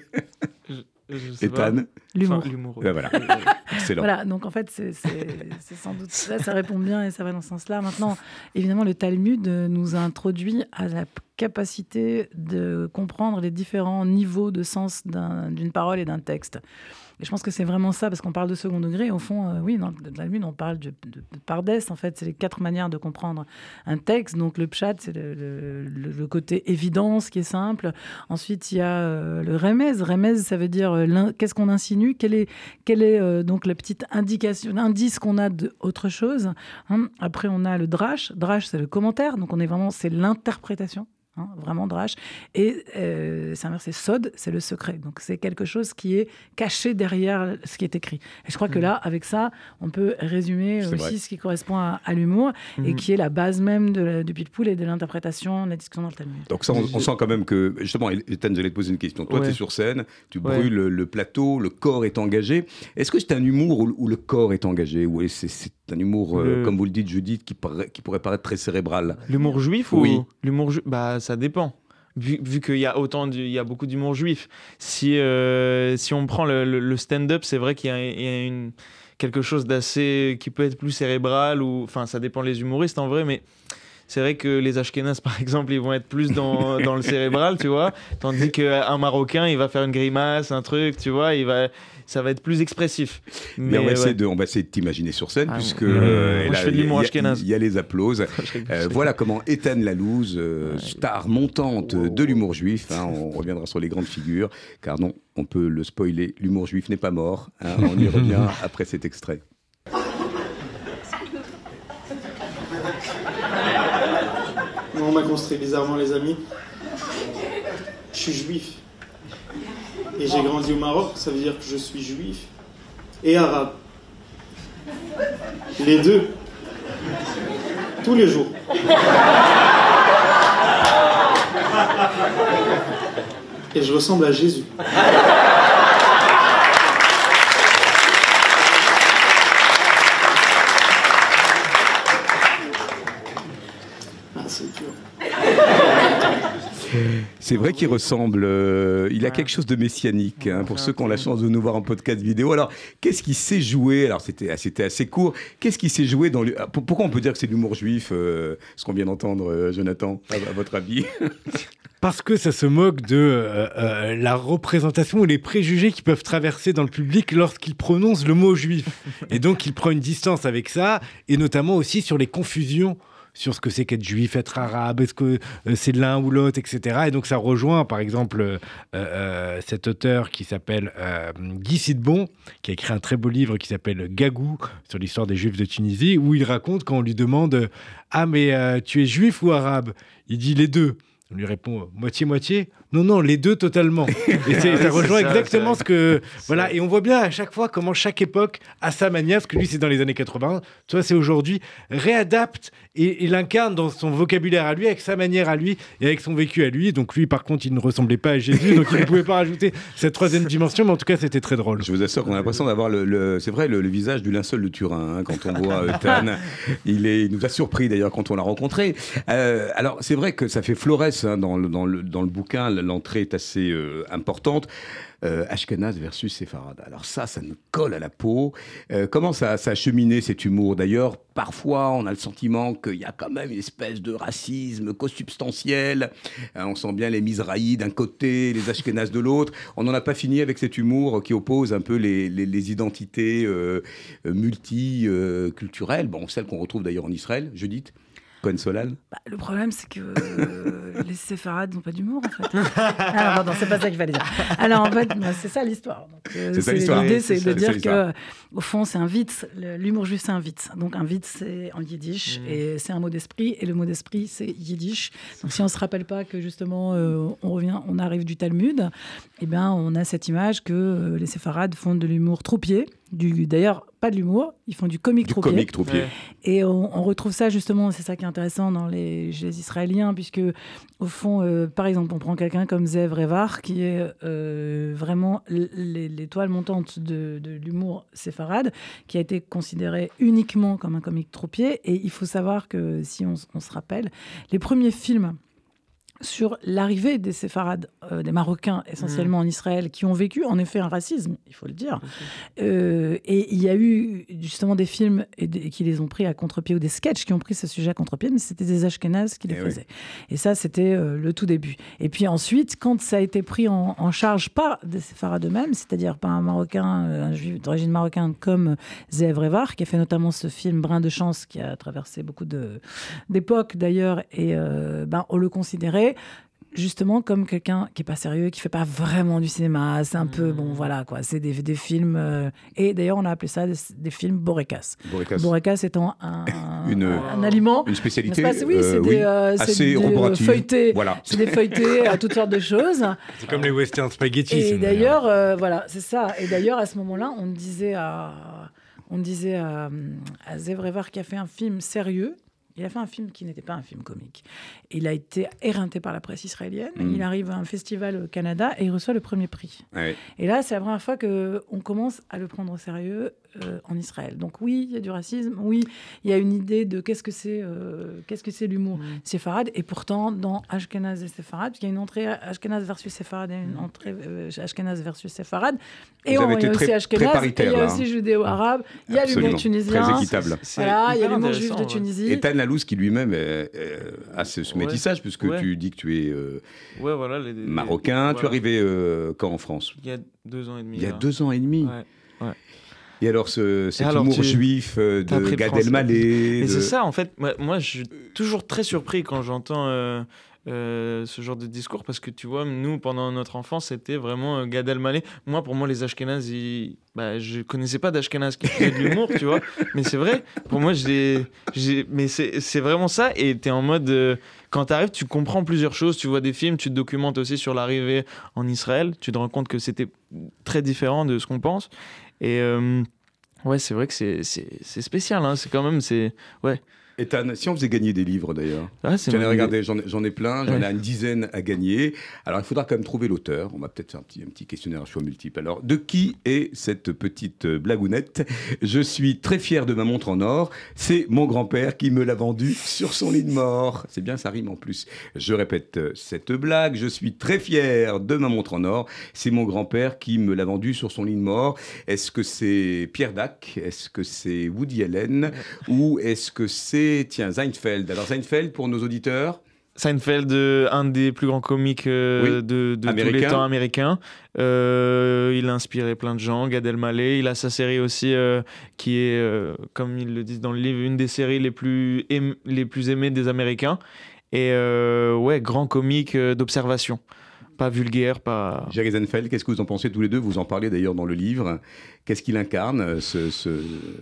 Et Tan ? L'humour. Enfin, l'humour. Ben voilà, excellent. Voilà, donc en fait, c'est, c'est, c'est sans doute ça, ça répond bien et ça va dans ce sens-là. Maintenant, évidemment, le Talmud nous a introduit à la capacité de comprendre les différents niveaux de sens d'un, d'une parole et d'un texte. Et je pense que c'est vraiment ça, parce qu'on parle de second degré. Au fond, euh, oui, dans le Talmud, on parle de, de, de pardès. En fait, c'est les quatre manières de comprendre un texte. Donc, le pshat, c'est le, le, le côté évidence qui est simple. Ensuite, il y a euh, le remez. Remez, ça veut dire euh, qu'est-ce qu'on insinue, quelle est, quelle est euh, donc la petite indication, l'indice qu'on a d'autre chose. Hein. Après, on a le drash. Drash, c'est le commentaire. Donc, on est vraiment, c'est l'interprétation. Hein, vraiment drache. Et euh, c'est inversé, sod, c'est le secret. Donc c'est quelque chose qui est caché derrière ce qui est écrit. Et je crois mmh. que là, avec ça, on peut résumer c'est aussi vrai. Ce qui correspond à, à l'humour mmh. et qui est la base même de la, du Pilpoul et de l'interprétation, de la discussion dans le Talmud. Donc ça, on, on sent quand même que, justement, Ethan, j'allais te poser une question. Toi, ouais. tu es sur scène, tu brûles ouais. le, le plateau, le corps est engagé. Est-ce que c'est un humour où, où le corps est engagé, ou c'est, c'est un humour, Le... euh, comme vous le dites, Judith, qui, paraît, qui pourrait paraître très cérébral. L'humour juif oui. ou l'humour ju... Bah, ça dépend. Vu, vu qu'il y a autant, de, il y a beaucoup d'humour juif. Si, euh, si on prend le, le, le stand-up, c'est vrai qu'il y a, il y a une, quelque chose d'assez... qui peut être plus cérébral, ou... Enfin, ça dépend les humoristes, en vrai, mais... C'est vrai que les Ashkénazes, par exemple, ils vont être plus dans, dans le cérébral, tu vois. Tandis qu'un Marocain, il va faire une grimace, un truc, tu vois. Il va, ça va être plus expressif. Mais, Mais on, va essayer ouais. de, on va essayer de t'imaginer sur scène, ah, puisque... Mmh. Euh, Moi, là, je fais de l'humour ashkénaze. Il y, y a les applauses. euh, voilà comment Ethan Lalouz, euh, ouais, star montante wow. de l'humour juif, hein, on reviendra sur les grandes figures, car non, on peut le spoiler, l'humour juif n'est pas mort. Hein, on y revient après cet extrait. On m'a construit bizarrement, les amis. Je suis juif. Et j'ai grandi au Maroc, ça veut dire que je suis juif et arabe. Les deux. Tous les jours. Et je ressemble à Jésus. C'est vrai qu'il ressemble, euh, il a quelque chose de messianique, hein, pour ceux qui ont la chance de nous voir en podcast vidéo. Alors, qu'est-ce qui s'est joué? Alors, c'était, c'était assez court. Qu'est-ce qui s'est joué dans le... Pourquoi on peut dire que c'est de l'humour juif, euh, ce qu'on vient d'entendre, euh, Jonathan, à, à votre avis? Parce que ça se moque de euh, euh, la représentation ou les préjugés qui peuvent traverser dans le public lorsqu'il prononce le mot juif. Et donc, il prend une distance avec ça, et notamment aussi sur les confusions sur ce que c'est qu'être juif, être arabe, est-ce que euh, c'est l'un ou l'autre, et cetera. Et donc ça rejoint, par exemple, euh, euh, cet auteur qui s'appelle euh, Guy Sidbon, qui a écrit un très beau livre qui s'appelle Gagou, sur l'histoire des juifs de Tunisie, où il raconte quand on lui demande « Ah, mais euh, tu es juif ou arabe ?» Il dit « Les deux ». On lui répond « Moitié-moitié ?» Non, non, les deux totalement. Et c'est, ça rejoint ça, exactement ce que... Voilà, et on voit bien à chaque fois comment chaque époque, à sa manière, parce que lui, c'est dans les années quatre-vingts, toi, c'est aujourd'hui, réadapte et, et l'incarne dans son vocabulaire à lui, avec sa manière à lui et avec son vécu à lui. Donc lui, par contre, il ne ressemblait pas à Jésus, donc il ne pouvait pas rajouter cette troisième dimension, mais en tout cas, c'était très drôle. Je vous assure qu'on a l'impression d'avoir, le, le, c'est vrai, le, le visage du linceul de Turin, hein, quand on voit euh, Tan. Il, est, il nous a surpris, d'ailleurs, quand on l'a rencontré. Euh, alors, c'est vrai que ça fait florès hein, dans, le, dans, le, dans le bouquin, l'entrée est assez euh, importante. Euh, Ashkenaz versus Séfarade. Alors ça, ça nous colle à la peau. Euh, comment ça, ça a cheminé cet humour? D'ailleurs, parfois, on a le sentiment qu'il y a quand même une espèce de racisme consubstantiel. Hein, on sent bien les Mizrahi d'un côté, les Ashkenaz de l'autre. On n'en a pas fini avec cet humour qui oppose un peu les, les, les identités euh, multiculturelles. Bon, celles qu'on retrouve d'ailleurs en Israël, Judith Cohen Solal. Bah, le problème, c'est que euh, les séfarades n'ont pas d'humour, en fait. Alors, pardon, c'est pas ça qu'il fallait dire. Alors, en fait, bah, c'est ça l'histoire. Donc, euh, c'est ça l'histoire. L'idée, Oui, c'est, c'est de ça, dire que, au fond, c'est un vitz. L'humour juif, c'est un vitz. Donc, un vitz, c'est en yiddish, mmh. et c'est un mot d'esprit, et le mot d'esprit, c'est yiddish. Donc, si on ne se rappelle pas que, justement, euh, on revient, on arrive du Talmud, eh bien, on a cette image que euh, les séfarades font de l'humour troupier. Du, d'ailleurs, pas de l'humour, ils font du comique du troupier. Comique troupier. Ouais. Et on, on retrouve ça justement, c'est ça qui est intéressant dans les, chez les Israéliens, puisque au fond, euh, par exemple, on prend quelqu'un comme Zev Revar, qui est euh, vraiment l'étoile montante de, de l'humour séfarade, qui a été considéré uniquement comme un comique troupier. Et il faut savoir que, si on, on se rappelle, les premiers films sur l'arrivée des séfarades, euh, des Marocains essentiellement mmh. en Israël, qui ont vécu en effet un racisme, il faut le dire. Euh, et il y a eu justement des films et de, et qui les ont pris à contre-pied, ou des sketchs qui ont pris ce sujet à contre-pied, mais c'était des Ashkénazes qui les et faisaient. Oui. Et ça, c'était euh, le tout début. Et puis ensuite, quand ça a été pris en, en charge par des séfarades eux-mêmes, c'est-à-dire par un Marocain, un juif d'origine marocaine comme Zev Revar, qui a fait notamment ce film Brin de chance, qui a traversé beaucoup de, d'époques d'ailleurs, et euh, ben, on le considérait justement comme quelqu'un qui est pas sérieux, qui fait pas vraiment du cinéma, c'est un mmh. peu bon voilà quoi, c'est des, des films euh, et d'ailleurs on a appelé ça des, des films borékas. Borékas étant un, une, un, un aliment, une spécialité pas, oui, c'est euh, des, oui, euh, c'est assez des feuilletés, voilà. c'est des feuilletés à toutes sortes de choses. C'est comme les western spaghetti. Et d'ailleurs euh, voilà, c'est ça. Et d'ailleurs à ce moment-là, on disait à on disait à, à Zev Revar qui a fait un film sérieux. Il a fait un film qui n'était pas un film comique. Il a été éreinté par la presse israélienne. Mmh. Il arrive à un festival au Canada et il reçoit le premier prix. Ouais. Et là, c'est la première fois qu'on commence à le prendre au sérieux euh, en Israël. Donc oui, il y a du racisme. Oui, il y a une idée de qu'est-ce que c'est, euh, qu'est-ce que c'est l'humour mmh. séfarade. Et pourtant, dans Ashkenaz et séfarade, parce qu'il y a une entrée Ashkenaz versus séfarade et une entrée euh, Ashkenaz versus séfarade. Et on, il y a aussi Ashkenaz, et il y a aussi judéo-arabe. Il y a l'humour tunisien. Très équitable. C'est, voilà, il y a l'humour juif de Tunisie. Et Tan Lalouz qui lui-même est, est, a ce, ce ouais. métissage, puisque ouais. tu dis que tu es euh, ouais, voilà, les, les, marocain. les, tu es arrivé euh, quand en France ? Il y a deux ans et demi. Il y a là. deux ans et demi. Ouais. Ouais. Et alors, ce, cet et alors, humour tu, juif euh, de Gad Elmaleh. Mais de... c'est ça, en fait. Moi, moi, je suis toujours très surpris quand j'entends euh, euh, ce genre de discours, parce que tu vois, nous, pendant notre enfance, c'était vraiment euh, Gad Elmaleh. Moi, pour moi, les Ashkénazes, ils... bah, je connaissais pas d'Ashkénazes qui faisaient de l'humour, tu vois. Mais c'est vrai. Pour moi, j'ai, j'ai... mais c'est, c'est vraiment ça. Et t'es en mode. Euh, Quand tu arrives, tu comprends plusieurs choses. Tu vois des films, tu te documentes aussi sur l'arrivée en Israël. Tu te rends compte que c'était très différent de ce qu'on pense. Et euh, ouais, c'est vrai que c'est, c'est, c'est spécial. Hein. C'est quand même. C'est, ouais. Et Tan, si on faisait gagner des livres d'ailleurs, ah, c'est j'en ai regardé, j'en ai, j'en ai plein, j'en ouais. ai une dizaine à gagner. Alors il faudra quand même trouver l'auteur. On va peut-être faire un petit, un petit questionnaire à choix multiple. Alors, de qui est cette petite blagounette ? Je suis très fier de ma montre en or. C'est mon grand-père qui me l'a vendue sur son lit de mort. C'est bien, ça rime en plus. Je répète cette blague. Je suis très fier de ma montre en or. C'est mon grand-père qui me l'a vendue sur son lit de mort. Est-ce que c'est Pierre Dac ? Est-ce que c'est Woody Allen ? Ou est-ce que c'est Tiens, Seinfeld. Alors Seinfeld, pour nos auditeurs. Seinfeld, euh, un des plus grands comiques euh, oui. de, de tous les temps américains. Euh, il a inspiré plein de gens. Gad Elmaleh. Il a sa série aussi, euh, qui est, euh, comme ils le disent dans le livre, une des séries les plus, aim- les plus aimées des Américains. Et euh, ouais, grand comique euh, d'observation. Pas vulgaire, pas... Jerry Seinfeld, qu'est-ce que vous en pensez tous les deux ? Vous en parlez d'ailleurs dans le livre. Qu'est-ce qu'il incarne, ce, ce,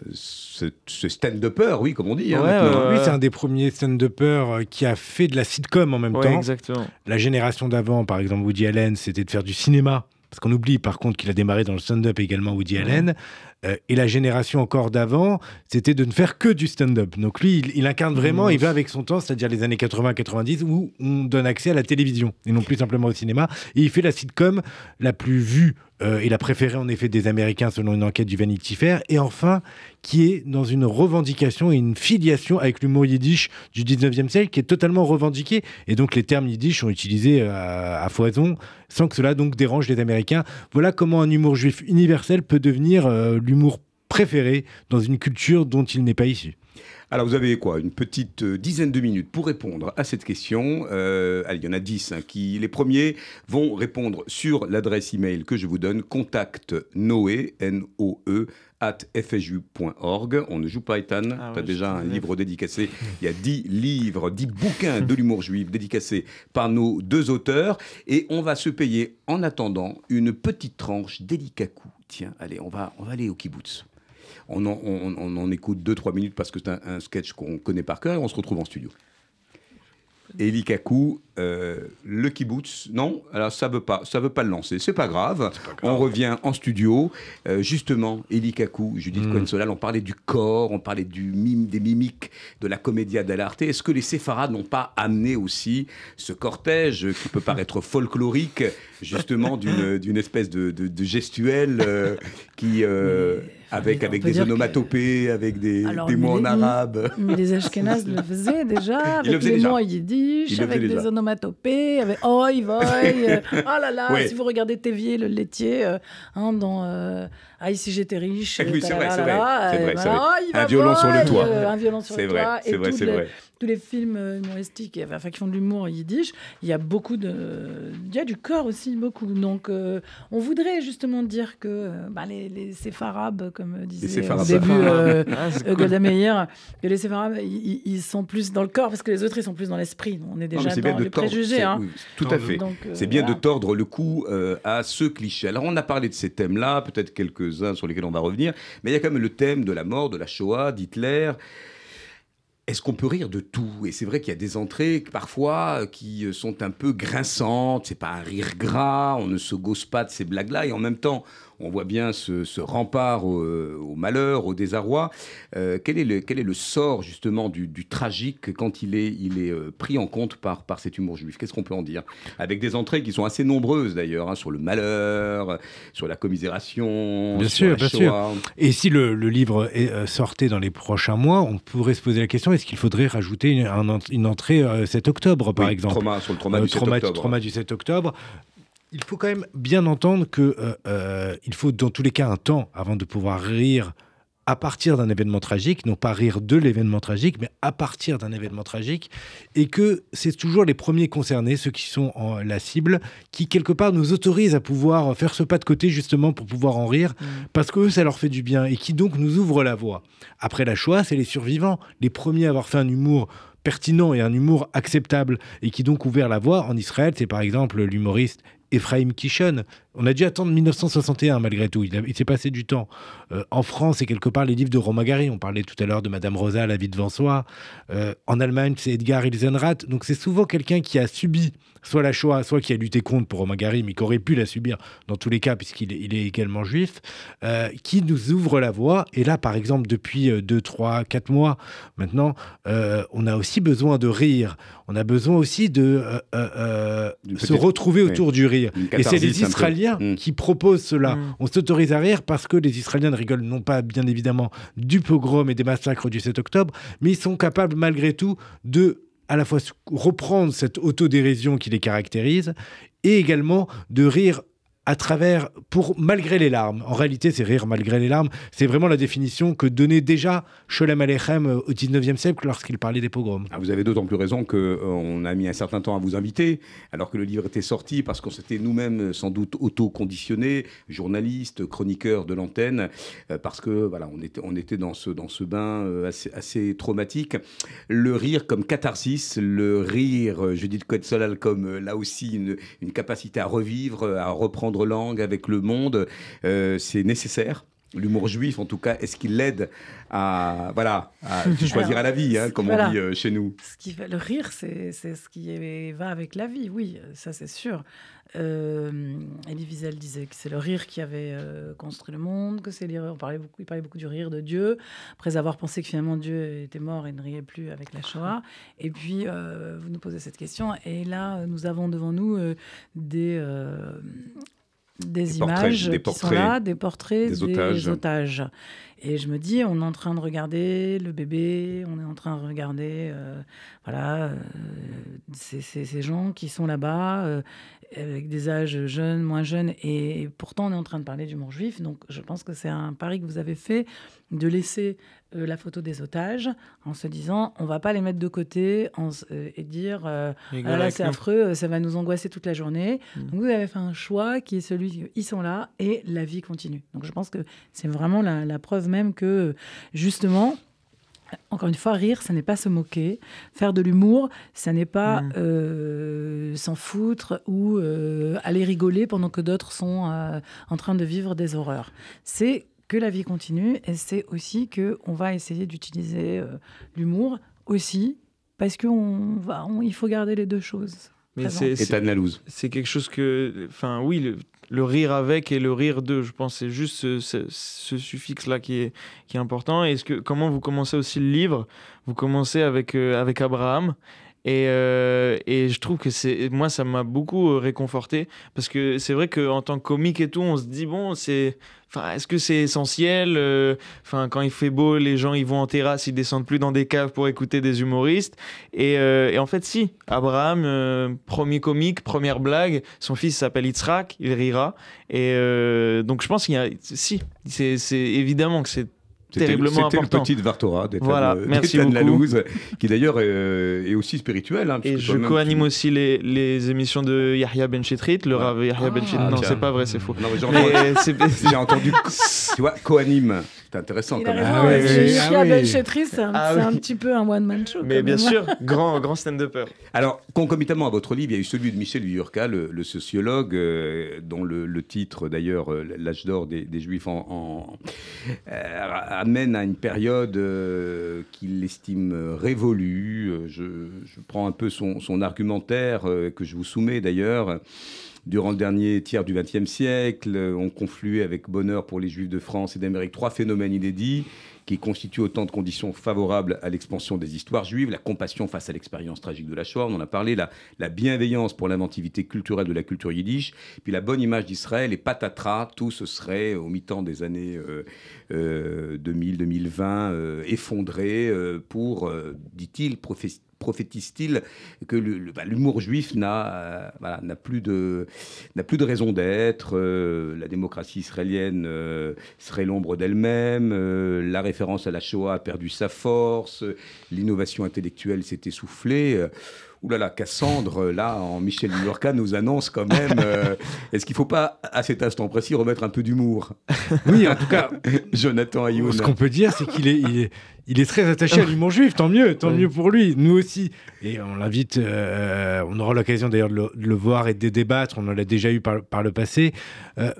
ce, ce stand-upper, oui, comme on dit. Hein, ouais, euh, lui, c'est un des premiers stand-uppers qui a fait de la sitcom en même ouais, temps. Exactement. La génération d'avant, par exemple, Woody Allen, c'était de faire du cinéma. Parce qu'on oublie, par contre, qu'il a démarré dans le stand-up également, Woody ouais. Allen. Euh, et la génération encore d'avant, c'était de ne faire que du stand-up. Donc lui, il, il incarne vraiment, mmh. il va avec son temps, c'est-à-dire les années quatre-vingts quatre-vingt-dix, où on donne accès à la télévision, et non plus simplement au cinéma. Et il fait la sitcom la plus vue euh, et la préférée en effet des Américains selon une enquête du Vanity Fair. Et enfin, qui est dans une revendication et une filiation avec l'humour yiddish du dix-neuvième siècle, qui est totalement revendiqué. Et donc les termes yiddish sont utilisés à, à foison, sans que cela donc dérange les Américains. Voilà comment un humour juif universel peut devenir euh, l'humour préféré dans une culture dont il n'est pas issu. Alors vous avez quoi, une petite euh, dizaine de minutes pour répondre à cette question. Euh, allez, il y en a dix hein, qui, les premiers, vont répondre sur l'adresse email que je vous donne, contact noé, N O E, at f s u point org. On ne joue pas, Ethan. Ah tu as ouais, déjà un livre dédicacé. Il y a dix livres, dix bouquins de l'humour juif dédicacés par nos deux auteurs. Et on va se payer, en attendant, une petite tranche d'Elikaku. Tiens, allez, on va, on va aller au kibbutz. On en, on, on en écoute deux trois minutes parce que c'est un, un sketch qu'on connaît par cœur et on se retrouve en studio. Elikaku, euh, le kibbutz, non, alors ça veut pas, ça veut pas le lancer, c'est pas grave. C'est pas grave. On revient en studio, euh, justement, Elikaku, Judith mmh. Cohen-Solal, on parlait du corps, on parlait du mime, des mimiques de la commedia dell'arte. Est-ce que les séfarades n'ont pas amené aussi ce cortège qui peut paraître folklorique, justement d'une, d'une espèce de, de, de gestuelle euh, qui... Euh, Avec, avec des onomatopées, que... avec des, des mots les, en arabe. Mais les Ashkénazes le faisaient déjà, avec des mots en yiddish, avec des déjà. onomatopées, avec oi, voi, euh, oh là là, ouais. Si vous regardez Tévier, le laitier, euh, hein, dans euh, ah, ici j'étais riche, oui, c'est vrai, c'est vrai, là, c'est vrai, euh, c'est vrai. Oh, un violon sur le toit. Euh, un violon sur c'est le vrai, toit. C'est et vrai, c'est les, vrai. Tous les films humoristiques, enfin, qui font de l'humour en yiddish, il y a beaucoup de... Il y a du corps aussi, beaucoup. Donc, euh, on voudrait justement dire que bah, les, les séfarabes, comme disait au début euh, ah, cool. Golda Meir, que les séfarabes, ils, ils sont plus dans le corps, parce que les autres, ils sont plus dans l'esprit. On est déjà non, dans les tordre, préjugés. Hein. Oui, tout à fait. Donc, euh, c'est bien voilà. de tordre le cou euh, à ce cliché. Alors, on a parlé de ces thèmes-là, peut-être quelques-uns sur lesquels on va revenir, mais il y a quand même le thème de la mort, de la Shoah, d'Hitler. Est-ce qu'on peut rire de tout ? Et c'est vrai qu'il y a des entrées parfois qui sont un peu grinçantes, c'est pas un rire gras, on ne se gausse pas de ces blagues-là, et en même temps, on voit bien ce, ce rempart au, au malheur, au désarroi. Euh, quel est le, quel est le sort justement du, du tragique quand il est, il est euh, pris en compte par, par cet humour juif? Qu'est-ce qu'on peut en dire? Avec des entrées qui sont assez nombreuses d'ailleurs, hein, sur le malheur, sur la commisération, bien sur sûr, la bien Shoah. sûr. Et si le, le livre est, euh, sortait dans les prochains mois, on pourrait se poser la question, est-ce qu'il faudrait rajouter une, un, une entrée euh, sept octobre, par oui, exemple trauma, sur le trauma, euh, du, sept trauma, octobre. trauma du sept octobre. Il faut quand même bien entendre qu'il euh, euh, faut dans tous les cas un temps avant de pouvoir rire à partir d'un événement tragique, non pas rire de l'événement tragique, mais à partir d'un événement tragique, et que c'est toujours les premiers concernés, ceux qui sont en, la cible, qui quelque part nous autorisent à pouvoir faire ce pas de côté justement pour pouvoir en rire, mmh. parce que ça leur fait du bien, et qui donc nous ouvrent la voie. Après la Shoah, c'est les survivants, les premiers à avoir fait un humour pertinent et un humour acceptable, et qui donc ouvert la voie. En Israël, c'est par exemple l'humoriste Ephraim Kishon. On a dû attendre mille neuf cent soixante et un malgré tout. Il, a, il s'est passé du temps. Euh, en France, c'est quelque part les livres de Romain Gary. On parlait tout à l'heure de Madame Rosa, La vie devant soi. Euh, en Allemagne, c'est Edgar Ilsenrath. Donc c'est souvent quelqu'un qui a subi soit la Shoah, soit qui a lutté contre pour Romain Gary, mais qui aurait pu la subir dans tous les cas, puisqu'il est, il est également juif, euh, qui nous ouvre la voie. Et là, par exemple, depuis deux, trois, quatre mois maintenant, euh, on a aussi besoin de rire. On a besoin aussi de euh, euh, se retrouver autour oui. du rire. Et c'est les Israéliens mmh. qui proposent cela. Mmh. On s'autorise à rire parce que les Israéliens ne rigolent non pas, bien évidemment, du pogrom et des massacres du sept octobre, mais ils sont capables, malgré tout, de à la fois reprendre cette autodérision qui les caractérise et également de rire à travers, pour malgré les larmes. En réalité, c'est rire malgré les larmes. C'est vraiment la définition que donnait déjà Sholem Aleichem au dix-neuvième siècle lorsqu'il parlait des pogroms. Ah, vous avez d'autant plus raison qu'on euh, a mis un certain temps à vous inviter, alors que le livre était sorti, parce qu'on s'était nous-mêmes sans doute auto-conditionnés, journalistes, chroniqueurs de l'antenne, euh, parce que voilà, on était, on était dans ce, dans ce bain euh, assez, assez traumatique. Le rire comme catharsis, le rire, Judith Cohen-Solal, comme euh, là aussi une, une capacité à revivre, à reprendre langue avec le monde, euh, c'est nécessaire. L'humour juif, en tout cas, est-ce qu'il l'aide à, voilà, à choisir Alors, à la vie, hein, comme voilà. on dit euh, chez nous? Ce qui va, le rire, c'est, c'est ce qui est, va avec la vie, oui, ça c'est sûr. Euh, Elie Wiesel disait que c'est le rire qui avait euh, construit le monde, que c'est les, on parlait beaucoup, il parlait beaucoup du rire de Dieu, après avoir pensé que finalement Dieu était mort et ne riait plus avec la Shoah. Et puis, euh, vous nous posez cette question, et là, nous avons devant nous euh, des... Euh, Des, des images portraits, des qui portraits, sont là, des portraits des des otages. otages. Et je me dis, on est en train de regarder le bébé, on est en train de regarder euh, voilà, euh, ces, ces, ces gens qui sont là-bas, euh, avec des âges jeunes, moins jeunes, et, et pourtant on est en train de parler d'humour juif. Donc je pense que c'est un pari que vous avez fait, de laisser euh, la photo des otages en se disant, on ne va pas les mettre de côté en, euh, et dire, euh, ah là c'est affreux, ça va nous angoisser toute la journée. Mmh. Donc vous avez fait un choix qui est celui, ils sont là et la vie continue. Donc je pense que c'est vraiment la, la preuve même que, justement, encore une fois, rire, ça n'est pas se moquer. Faire de l'humour, ça n'est pas mmh. euh, s'en foutre ou euh, aller rigoler pendant que d'autres sont euh, en train de vivre des horreurs. C'est que la vie continue, et c'est aussi qu'on va essayer d'utiliser euh, l'humour aussi, parce qu'il faut garder les deux choses. Mais c'est, c'est, Lalouse. c'est quelque chose que... Enfin, oui, le, le rire avec et le rire de, je pense, c'est juste ce, ce, ce suffixe-là qui est, qui est important. Et est-ce que, comment vous commencez aussi le livre? Vous commencez avec, euh, avec Abraham. Et, euh, et je trouve que c'est, moi, ça m'a beaucoup réconforté. Parce que c'est vrai qu'en tant que comique et tout, on se dit, bon, c'est... Enfin, est-ce que c'est essentiel? euh, Enfin, quand il fait beau, les gens ils vont en terrasse, ils descendent plus dans des caves pour écouter des humoristes. Et, euh, et en fait, si. Abraham, euh, premier comique, première blague. Son fils s'appelle Yitzhak, il rira. Et euh, donc, je pense qu'il y a... Si, c'est, c'est évidemment que c'est C'était, terriblement c'était important. C'était le petit Vartora d'Ethan, voilà, d'Ethan Lalouse, qui d'ailleurs est, est aussi spirituel. Hein, et je co-anime tu... aussi les, les émissions de Yahya Ben Chetrit, le ouais. Rav Yahya ah, Ben Chetrit. Non, tiens. C'est pas vrai, c'est faux. Non, mais mais c'est... J'ai entendu, tu vois, co-anime. C'est intéressant quand même. Ah, oui, oui, Yahya Ben Chetrit, c'est, un, ah, c'est oui. un petit peu un one-man show. Mais bien sûr, grand, grand stand-upper. Alors, concomitamment à votre livre, il y a eu celui de Michel Viurka, le, le sociologue, euh, dont le, le titre, d'ailleurs, euh, L'âge d'or des, des Juifs en, en, euh, amène à une période euh, qu'il estime révolue. Je, je prends un peu son, son argumentaire, euh, que je vous soumets d'ailleurs. Durant le dernier tiers du vingtième siècle, ont conflué avec bonheur pour les Juifs de France et d'Amérique trois phénomènes inédits qui constituent autant de conditions favorables à l'expansion des histoires juives, la compassion face à l'expérience tragique de la Shoah, on en a parlé, la, la bienveillance pour l'inventivité culturelle de la culture yiddish, puis la bonne image d'Israël, et patatras, tout ce serait, au mi-temps des années euh, euh, deux mille, deux mille vingt, euh, effondré euh, pour, euh, dit-il, prophétiser prophétise-t-il que le, le, bah, l'humour juif n'a, euh, voilà, n'a, plus de, n'a plus de raison d'être, euh, la démocratie israélienne euh, serait l'ombre d'elle-même, euh, la référence à la Shoah a perdu sa force, l'innovation intellectuelle s'est essoufflée. Euh, Ouh là là, Cassandre, là, en Michel Vivorca, nous annonce quand même... Euh, est-ce qu'il ne faut pas, à cet instant précis, remettre un peu d'humour ? Oui, en tout cas, Jonathan Ayoun. Ce qu'on peut dire, c'est qu'il est, il est, il est très attaché à l'humour juif, tant mieux, tant oui. mieux pour lui, nous aussi. Et on l'invite, euh, on aura l'occasion d'ailleurs de le, de le voir et de débattre, on en a déjà eu par, par le passé. Euh,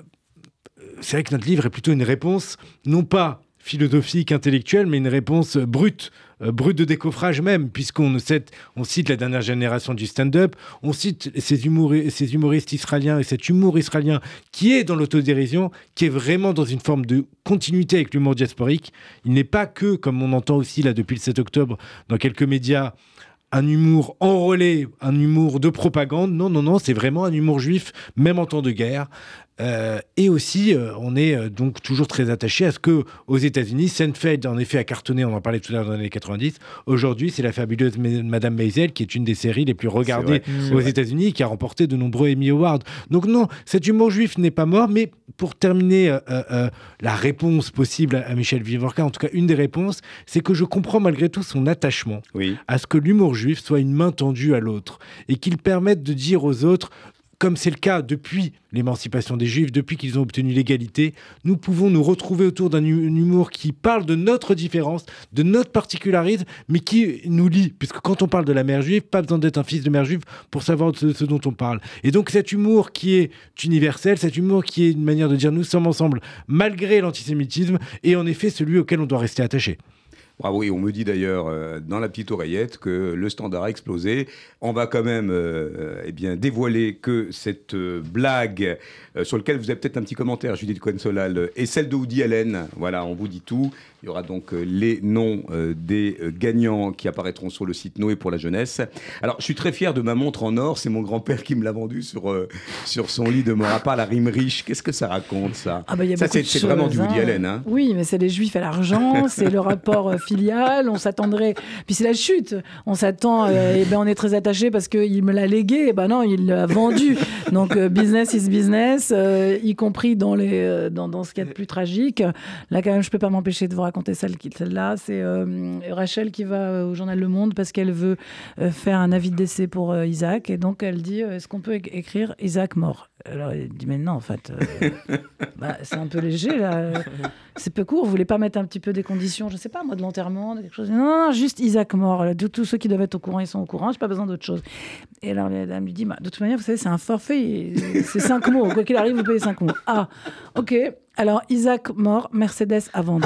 c'est vrai que notre livre est plutôt une réponse, non pas philosophique, intellectuelle, mais une réponse brute, euh, brute de décoffrage même, puisqu'on cite, on cite la dernière génération du stand-up, on cite ces, humori- ces humoristes israéliens et cet humour israélien qui est dans l'autodérision, qui est vraiment dans une forme de continuité avec l'humour diasporique. Il n'est pas que, comme on entend aussi là depuis le sept octobre dans quelques médias, un humour enrôlé, un humour de propagande. Non, non, non, c'est vraiment un humour juif, même en temps de guerre. Euh, et aussi, euh, on est euh, donc toujours très attaché à ce que, aux États-Unis, Seinfeld en effet a cartonné, on en parlait tout à l'heure dans les années quatre-vingt-dix. Aujourd'hui, c'est la fabuleuse Madame Maisel qui est une des séries les plus regardées vrai, aux États-Unis et qui a remporté de nombreux Emmy Awards. Donc non, cet humour juif n'est pas mort, mais pour terminer, euh, euh, la réponse possible à, à Michel Vivorca, en tout cas une des réponses, c'est que je comprends malgré tout son attachement oui. à ce que l'humour juif soit une main tendue à l'autre et qu'il permette de dire aux autres, comme c'est le cas depuis l'émancipation des Juifs, depuis qu'ils ont obtenu l'égalité, nous pouvons nous retrouver autour d'un humour qui parle de notre différence, de notre particularisme, mais qui nous lie. Puisque quand on parle de la mère juive, pas besoin d'être un fils de mère juive pour savoir ce, ce dont on parle. Et donc cet humour qui est universel, cet humour qui est une manière de dire nous sommes ensemble malgré l'antisémitisme, est en effet celui auquel on doit rester attaché. Ah oui, on me dit d'ailleurs euh, dans la petite oreillette que le standard a explosé. On va quand même euh, eh bien, dévoiler que cette euh, blague euh, sur laquelle vous avez peut-être un petit commentaire, Judith Cohen-Solal, est celle de Woody Allen. Voilà, on vous dit tout. Il y aura donc euh, les noms euh, des euh, gagnants qui apparaîtront sur le site Noé pour la jeunesse. Alors, je suis très fier de ma montre en or. C'est mon grand-père qui me l'a vendue sur, euh, sur son lit de mort à part, la rime riche. Qu'est-ce que ça raconte, ça ah bah, y a Ça, c'est, c'est vraiment du Woody hein. Allen. Hein. Oui, mais c'est les Juifs à l'argent, c'est le rapport euh, filial. On s'attendrait... Puis c'est la chute. On s'attend... Euh, et ben on est très attaché parce qu'il me l'a légué. Et ben non, il l'a vendu. Donc, euh, business is business, euh, y compris dans, les, euh, dans, dans ce qu'il y a de plus tragique. Là, quand même, je ne peux pas m'empêcher de vous raconter celle, celle-là. C'est euh, Rachel qui va au journal Le Monde parce qu'elle veut euh, faire un avis de décès pour euh, Isaac. Et donc, elle dit, euh, est-ce qu'on peut é- écrire Isaac mort ? Alors, il dit, mais non, en fait, euh, bah, c'est un peu léger, là. C'est peu court. Vous voulez pas mettre un petit peu des conditions, je sais pas, moi, de l'enterrement, de quelque chose. Non, non, juste Isaac mort. Là. Tous ceux qui doivent être au courant, ils sont au courant. J'ai pas besoin d'autre chose. Et alors, la dame lui dit, bah, de toute manière, vous savez, c'est un forfait. C'est cinq mots. Quoi qu'il arrive, vous payez cinq mots. Ah, ok. Alors, Isaac mort, Mercedes à vendre.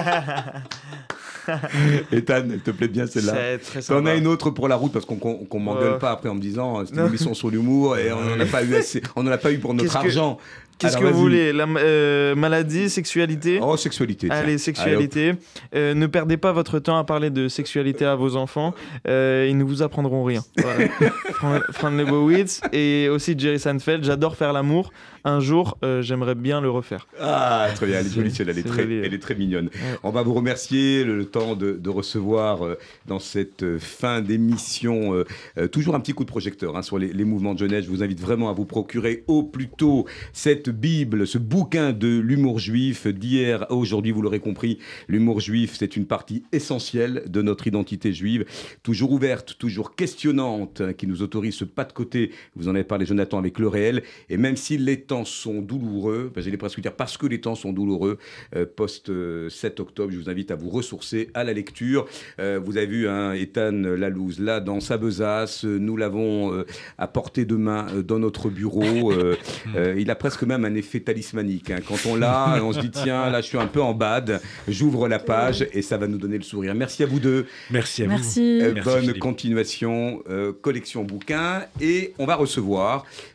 Ethan, elle te plaît bien celle-là. C'est très sympa. T'en as une autre pour la route parce qu'on qu'on, qu'on m'engueule euh... pas après en me disant c'était une émission sur l'humour et on n'en a pas eu assez, on n'en a pas eu pour notre Qu'est-ce argent. Que... Qu'est-ce Alors, que vas-y. vous voulez la, euh, Maladie, sexualité. Oh, sexualité. Tiens. Allez, sexualité. Allez, euh, ne perdez pas votre temps à parler de sexualité à vos enfants. Euh, ils ne vous apprendront rien. Voilà. Fran, Fran Lebowitz et aussi Jerry Seinfeld. J'adore faire l'amour. Un jour, euh, j'aimerais bien le refaire. Ah, très bien. Elle est jolie, elle, elle, est très, elle est très mignonne. Ouais. On va vous remercier le, le temps de, de recevoir euh, dans cette euh, fin d'émission euh, euh, toujours un petit coup de projecteur hein, sur les, les mouvements de jeunesse. Je vous invite vraiment à vous procurer au plus tôt cette Bible, ce bouquin de l'humour juif d'hier à aujourd'hui. Vous l'aurez compris, l'humour juif, c'est une partie essentielle de notre identité juive, toujours ouverte, toujours questionnante, hein, qui nous autorise ce pas de côté. Vous en avez parlé, Jonathan, avec le réel. Et même si les temps sont douloureux, ben, j'allais presque dire parce que les temps sont douloureux, euh, post euh, sept octobre, je vous invite à vous ressourcer à la lecture. Euh, vous avez vu hein, Ethan Lalouse là dans sa besace, nous l'avons euh, à portée de main euh, dans notre bureau. Euh, euh, il a presque même un effet talismanique. Hein. Quand on l'a, on se dit tiens, là je suis un peu en bad, j'ouvre la page et ça va nous donner le sourire. Merci à vous deux. Merci à Merci. vous. Euh, Merci bonne Philippe. continuation, euh, collection bouquins et on va recevoir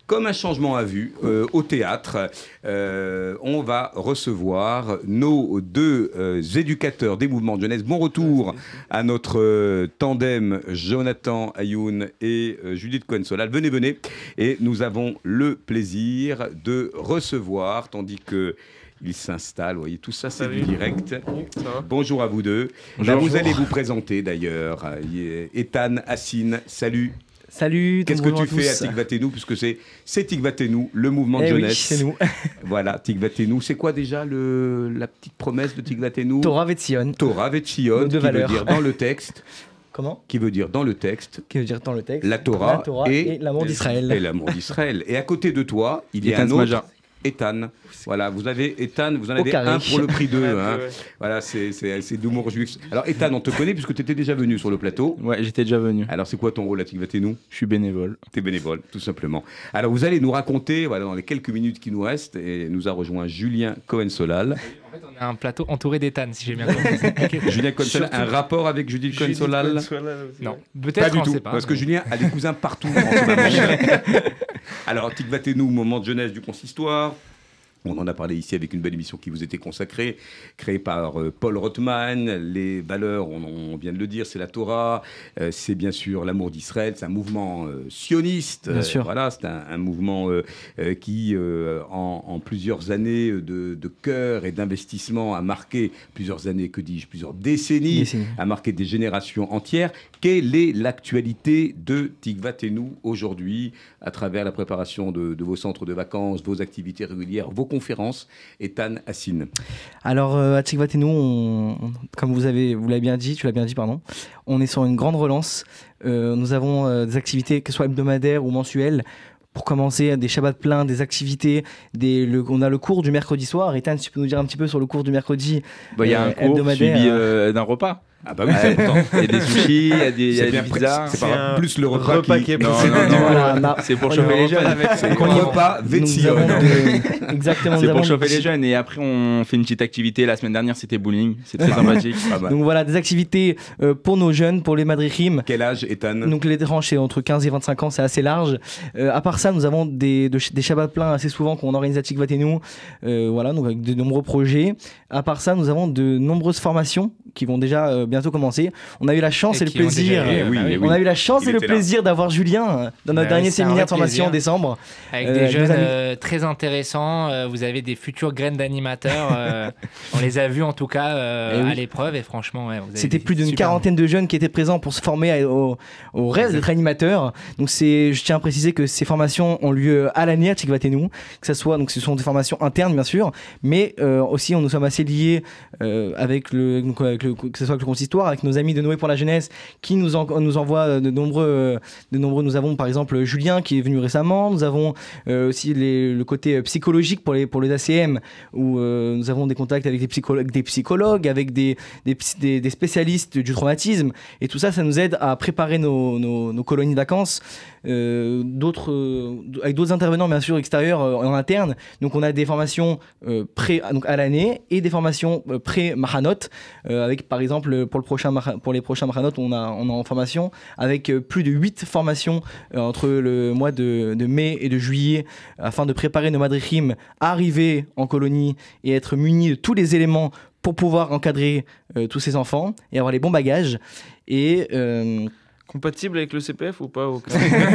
comme un changement à vue euh, au théâtre. Euh, on va recevoir nos deux euh, éducateurs des mouvements de jeunesse. Bon retour à notre euh, tandem Jonathan Ayoun et euh, Judith Cohen-Solal. Venez, venez. Et nous avons le plaisir de recevoir, tandis que il s'installe, vous voyez, tout ça c'est Salut. du direct. Ça va ? Bonjour à vous deux. Bonjour. Là, vous allez vous présenter d'ailleurs. Ethan, Hassine, salut. Salut. Qu'est-ce que bonjour tu à fais à tous. Tikvatenou, puisque c'est c'est Tikvatenou, le mouvement de Eh oui, jeunesse. c'est nous. Voilà, Tikvatenou. C'est quoi déjà le, la petite promesse de Tikvatenou? Torah Vetzion. Torah Vetzion, Nos deux qui veut valeurs. dire dans le texte, Comment qui veut dire dans le texte, Qui veut dire dans le texte la Torah, La Torah et, l'amour d'Israël. Et l'amour d'Israël. Et à côté de toi, il y a Ethan un autre. Smaja. Ethan. Voilà, vous avez Ethan, vous en avez carré. un pour le prix d'eux. Ouais, hein. ouais. Voilà, c'est c'est- c'est d'humour juif. Alors Ethan, on te connaît puisque tu étais déjà venu sur le plateau. Ouais, j'étais déjà venu. Alors c'est quoi ton rôle à Tikvatenou? Je suis bénévole. T'es bénévole, tout simplement. Alors vous allez nous raconter, voilà, dans les quelques minutes qui nous restent, et nous a rejoint Julien Cohen-Solal. En fait, on a un plateau entouré d'éthane, si j'ai bien compris. Julien Cohen-Solal, un rapport avec Judith Judith Cohen-Solal? Cohen-Solal aussi. Non, Pas peut-être, du on tout, sait pas. parce que mais- Julien a des cousins partout en ce moment. Alors, Tikvatenou, moment de jeunesse du consistoire. On en a parlé ici avec une belle émission qui vous était consacrée, créée par euh, Paul Rothman. Les valeurs, on, on vient de le dire, c'est la Torah, euh, c'est bien sûr l'amour d'Israël, c'est un mouvement euh, sioniste. Bien sûr. Euh, voilà, c'est un, un mouvement euh, euh, qui, euh, en, en plusieurs années de, de cœur et d'investissement, a marqué plusieurs années, que dis-je, plusieurs décennies, Décennies. a marqué des générations entières. Quelle est l'actualité de Tikvatenou aujourd'hui à travers la préparation de, de vos centres de vacances, vos activités régulières, vos conférences? Ethan Hassine. Alors, euh, à Tikvatenou, on, on- comme vous avez, vous l'avez bien dit, tu l'as bien dit, pardon, on est sur une grande relance. Euh, nous avons euh, des activités, que ce soit hebdomadaires ou mensuelles. Pour commencer, des Shabbats pleins, des activités. Des, le, on a le cours du mercredi soir. Ethan, si tu peux nous dire un petit peu sur le cours du mercredi Bah, il y a euh, un cours hebdomadaire, suivi euh, euh, d'un repas. Ah bah oui, c'est important. Il y a des sushis, il y a des, il y a C'est des bien pré- pizzas. c'est C'est pas un plus le repas, repas qui... qui est Non, précédent. non, non. Voilà, na- C'est pour on y chauffer va. les jeunes. C'est On y va. repas Nous Vetzion. avons de- Exactement. nous C'est avons pour de- chauffer les jeunes. Et après, on fait une petite activité. La semaine dernière, c'était bowling. C'est très sympathique. Pas mal. Donc voilà, des activités euh, pour nos jeunes, pour les madrichim. Quel âge, Ethan? Donc les tranches, c'est entre quinze et vingt-cinq ans, c'est assez large. Euh, à part ça, nous avons des, de- des Shabbats pleins assez souvent qu'on organise à Tikvatenou. Euh, voilà, donc avec de nombreux projets. À part ça, nous avons de nombreuses formations qui vont déjà euh, bientôt commencer. On a eu la chance et, Et le qui ont déjà plaisir. eu, Eh oui, bah eh oui. oui. On a eu la chance Il et le était là. plaisir d'avoir Julien euh, dans notre Bah, dernier c'est un séminaire vrai de formation en plaisir. décembre. Avec Euh, des nos jeunes amis. euh, très intéressants. euh, vous avez des futures graines d'animateurs. euh, on les a vus en tout cas euh, Eh oui. à l'épreuve et franchement, ouais, vous avez C'était des plus d'une super- quarantaine de jeunes qui étaient présents pour se former à- au, au rêve d'être animateur. Donc c'est, je tiens à préciser que ces formations ont lieu à l'année à Tikvatenou, que ça soit, donc ce sont des formations internes bien sûr, mais euh, aussi on nous sommes assez liés euh, avec le, donc avec le, que ce soit avec le consistoire, avec nos amis de Noé pour la jeunesse, qui nous en, nous envoient de nombreux, euh, de nombreux. Nous avons par exemple Julien qui est venu récemment. Nous avons euh, aussi les, le côté psychologique pour les pour les A C M où euh, nous avons des contacts avec des psychologues, des psychologues, avec des des, psy- des, des spécialistes du traumatisme, et tout ça, ça nous aide à préparer nos, nos, nos colonies de vacances, euh, d'autres, euh, avec d'autres intervenants bien sûr extérieurs euh, en interne. Donc on a des formations euh, pré, donc à l'année et des formations euh, pré-Mahanot, euh, avec par exemple pour, le prochain, Maha- pour les prochains Mahanot, on a, on a en formation avec euh, plus de huit formations euh, entre le mois de, de mai et de juillet, afin de préparer nos madrichim à arriver en colonie et être munis de tous les éléments pour pouvoir encadrer euh, tous ces enfants et avoir les bons bagages. Et euh, Compatible avec le C P F ou pas au cas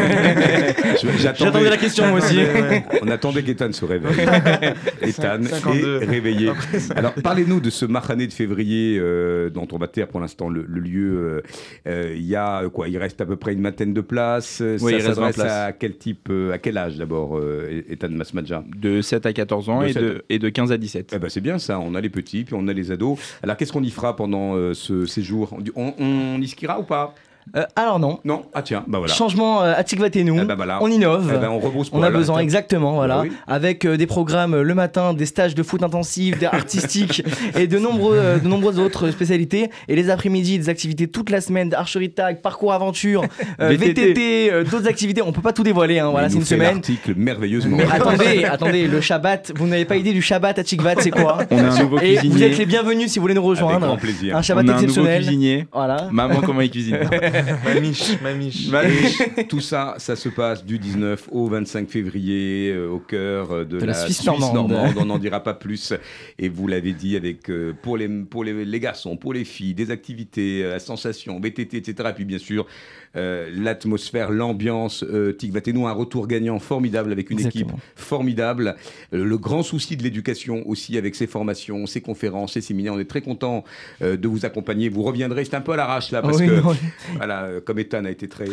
Je- j'attendais la question moi aussi. On attendait qu'Ethan se réveille. Ethan cinquante-deux. est réveillé. Alors, parlez-nous de ce Mahané de février euh, dont on va taire pour l'instant le, le lieu. euh, euh, Il y a quoi? Il reste à peu près une vingtaine de places. Oui, Ça il reste vingt s'adresse places. à quel type, euh, à quel âge d'abord, euh, Ethan Masmadja? De sept à quatorze ans De et, sept. de, et de quinze à dix-sept. Eh ben, c'est bien ça, on a les petits, puis on a les ados. Alors qu'est-ce qu'on y fera pendant euh, ce séjour? on, on, on y skiera ou pas? Euh, alors non. Non? Ah tiens, bah voilà. Changement euh, à Tikvatenou. Eh ben, voilà. On innove. Eh ben, on rebrousse On a poil. besoin, exactement, voilà, Bah oui. avec euh, des programmes euh, le matin, des stages de foot intensifs, des artistiques et de, nombreux, euh, de nombreuses autres spécialités. Et les après-midi, des activités toute la semaine, archerie de tag, parcours aventure, euh, V V T T. T T, euh, d'autres activités. On peut pas tout dévoiler, hein, voilà, Il c'est nous une fait semaine. l'article merveilleusement. Mais attendez, attendez, le Shabbat, vous n'avez pas idée du Shabbat à Tikvat, c'est quoi? On a un nouveau Et vous cuisinier. êtes les bienvenus si vous voulez nous Avec rejoindre. grand plaisir. Un On Shabbat a un nouveau exceptionnel. cuisinier. Voilà. Maman, comment il cuisine? Mamiche, mamiche. Et tout ça, ça se passe du dix-neuf au vingt-cinq février, euh, au cœur de, de la, la Suisse, Suisse normande. normande. On n'en dira pas plus. Et vous l'avez dit, avec euh, pour, les, pour les, les garçons, pour les filles, des activités, euh, sensations, V T T, et cetera. Et puis bien sûr, euh, l'atmosphère, l'ambiance, euh, Tikvatenou, un retour gagnant formidable avec une Exactement. équipe formidable. Euh, le grand souci de l'éducation aussi avec ses formations, ses conférences, ses séminaires. On est très content euh, de vous accompagner. Vous reviendrez, c'est un peu à l'arrache là, parce Oui, que non. voilà, euh, comme Ethan a été très,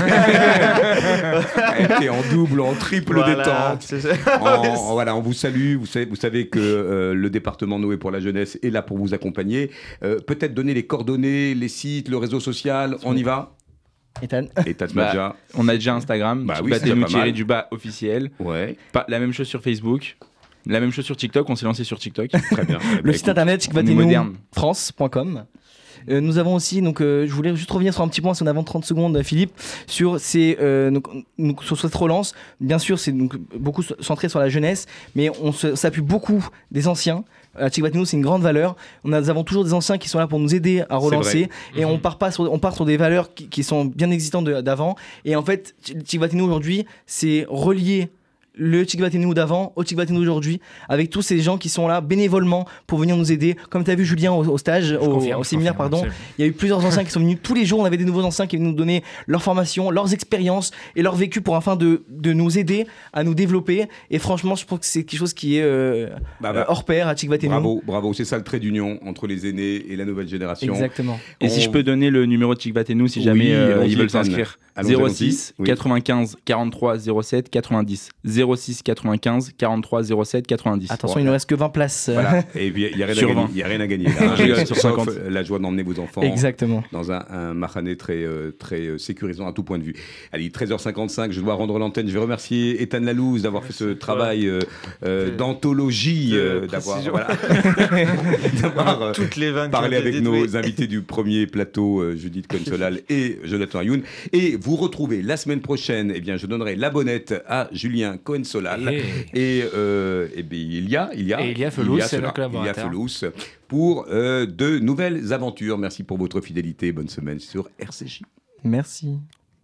a été en double, en triple Voilà, détente. c'est ça. En- en- voilà, on vous salue. Vous savez, vous savez que euh, le département Noé pour la jeunesse est là pour vous accompagner. Euh, peut-être donner les coordonnées, les sites, le réseau social. On y va. Ethan. Ethan Bah, Madja. On a déjà Instagram, Bah bah, oui, c'est déjà pas mal. du bas officiel. Ouais. Pas, la même chose sur Facebook. La même chose sur TikTok. On s'est lancé sur TikTok. Très bien. Eh ben, Le site écoute, internet on est moderne. france point com. Euh, nous avons aussi, donc, euh, je voulais juste revenir sur un petit point, si on a avant trente secondes, Philippe, sur, ces, euh, donc, donc, sur cette relance. Bien sûr, c'est donc beaucoup centré sur la jeunesse, mais on se- s'appuie beaucoup des anciens. À Tikvatenou, c'est une grande valeur. On a, nous avons toujours des anciens qui sont là pour nous aider à relancer. Et on part, pas sur, on part sur des valeurs qui, qui sont bien existantes de- d'avant. Et en fait, Tikvatenou aujourd'hui, c'est relier le Tikvatenou d'avant au Tikvatenou d'aujourd'hui, avec tous ces gens qui sont là bénévolement pour venir nous aider. Comme tu as vu Julien au, au stage, Je au, confirme, au je séminaire, confirme, pardon, absolument. il y a eu plusieurs anciens qui sont venus tous les jours. On avait des nouveaux anciens qui venaient nous donner leur formation, leurs expériences et leur vécu pour afin de, de nous aider à nous développer. Et franchement, je pense que c'est quelque chose qui est euh, Bah, bah, euh, hors pair à Tikvatenou. Bravo, bravo. C'est ça le trait d'union entre les aînés et la nouvelle génération. Exactement. Et On- si je peux donner le numéro de Tikvatenou si Oui, jamais euh, allons-y, ils veulent Ethan. s'inscrire. Allons-y, zéro allons-y. six Oui. quatre-vingt-quinze quarante-trois zéro sept quatre-vingt-dix. zéro six quatre-vingt-quinze quarante-trois zéro sept quatre-vingt-dix. Attention, il ne reste que vingt places. Voilà. Et puis, il n'y a, rien à Sur gagner. vingt. Il y a rien à gagner. là, hein. Je rigole, sur Sauf cinquante. la joie d'emmener vos enfants Exactement. dans un, un mahané très, euh, très euh, sécurisant à tout point de vue. Allez, treize heures cinquante-cinq, je dois rendre l'antenne. Je vais remercier Ethan Lalouz d'avoir fait ce travail euh, euh, d'anthologie, euh, De d'avoir précision. voilà, d'avoir, euh, Toutes les vannes. parlé qui ont été avec dites, nos oui. invités du premier plateau, euh, Judith Cohen-Solal et Jonathan Ayoun. Et vous retrouvez la semaine prochaine, eh bien, je donnerai la bonnette à Julien Cohen-Solal. Hey. Et, euh, eh bien, il y a, il y a, Et il y a Felous, c'est cela, notre collaborateur. il y a Felous pour euh, de nouvelles aventures. Merci pour votre fidélité. Bonne semaine sur R C J. Merci.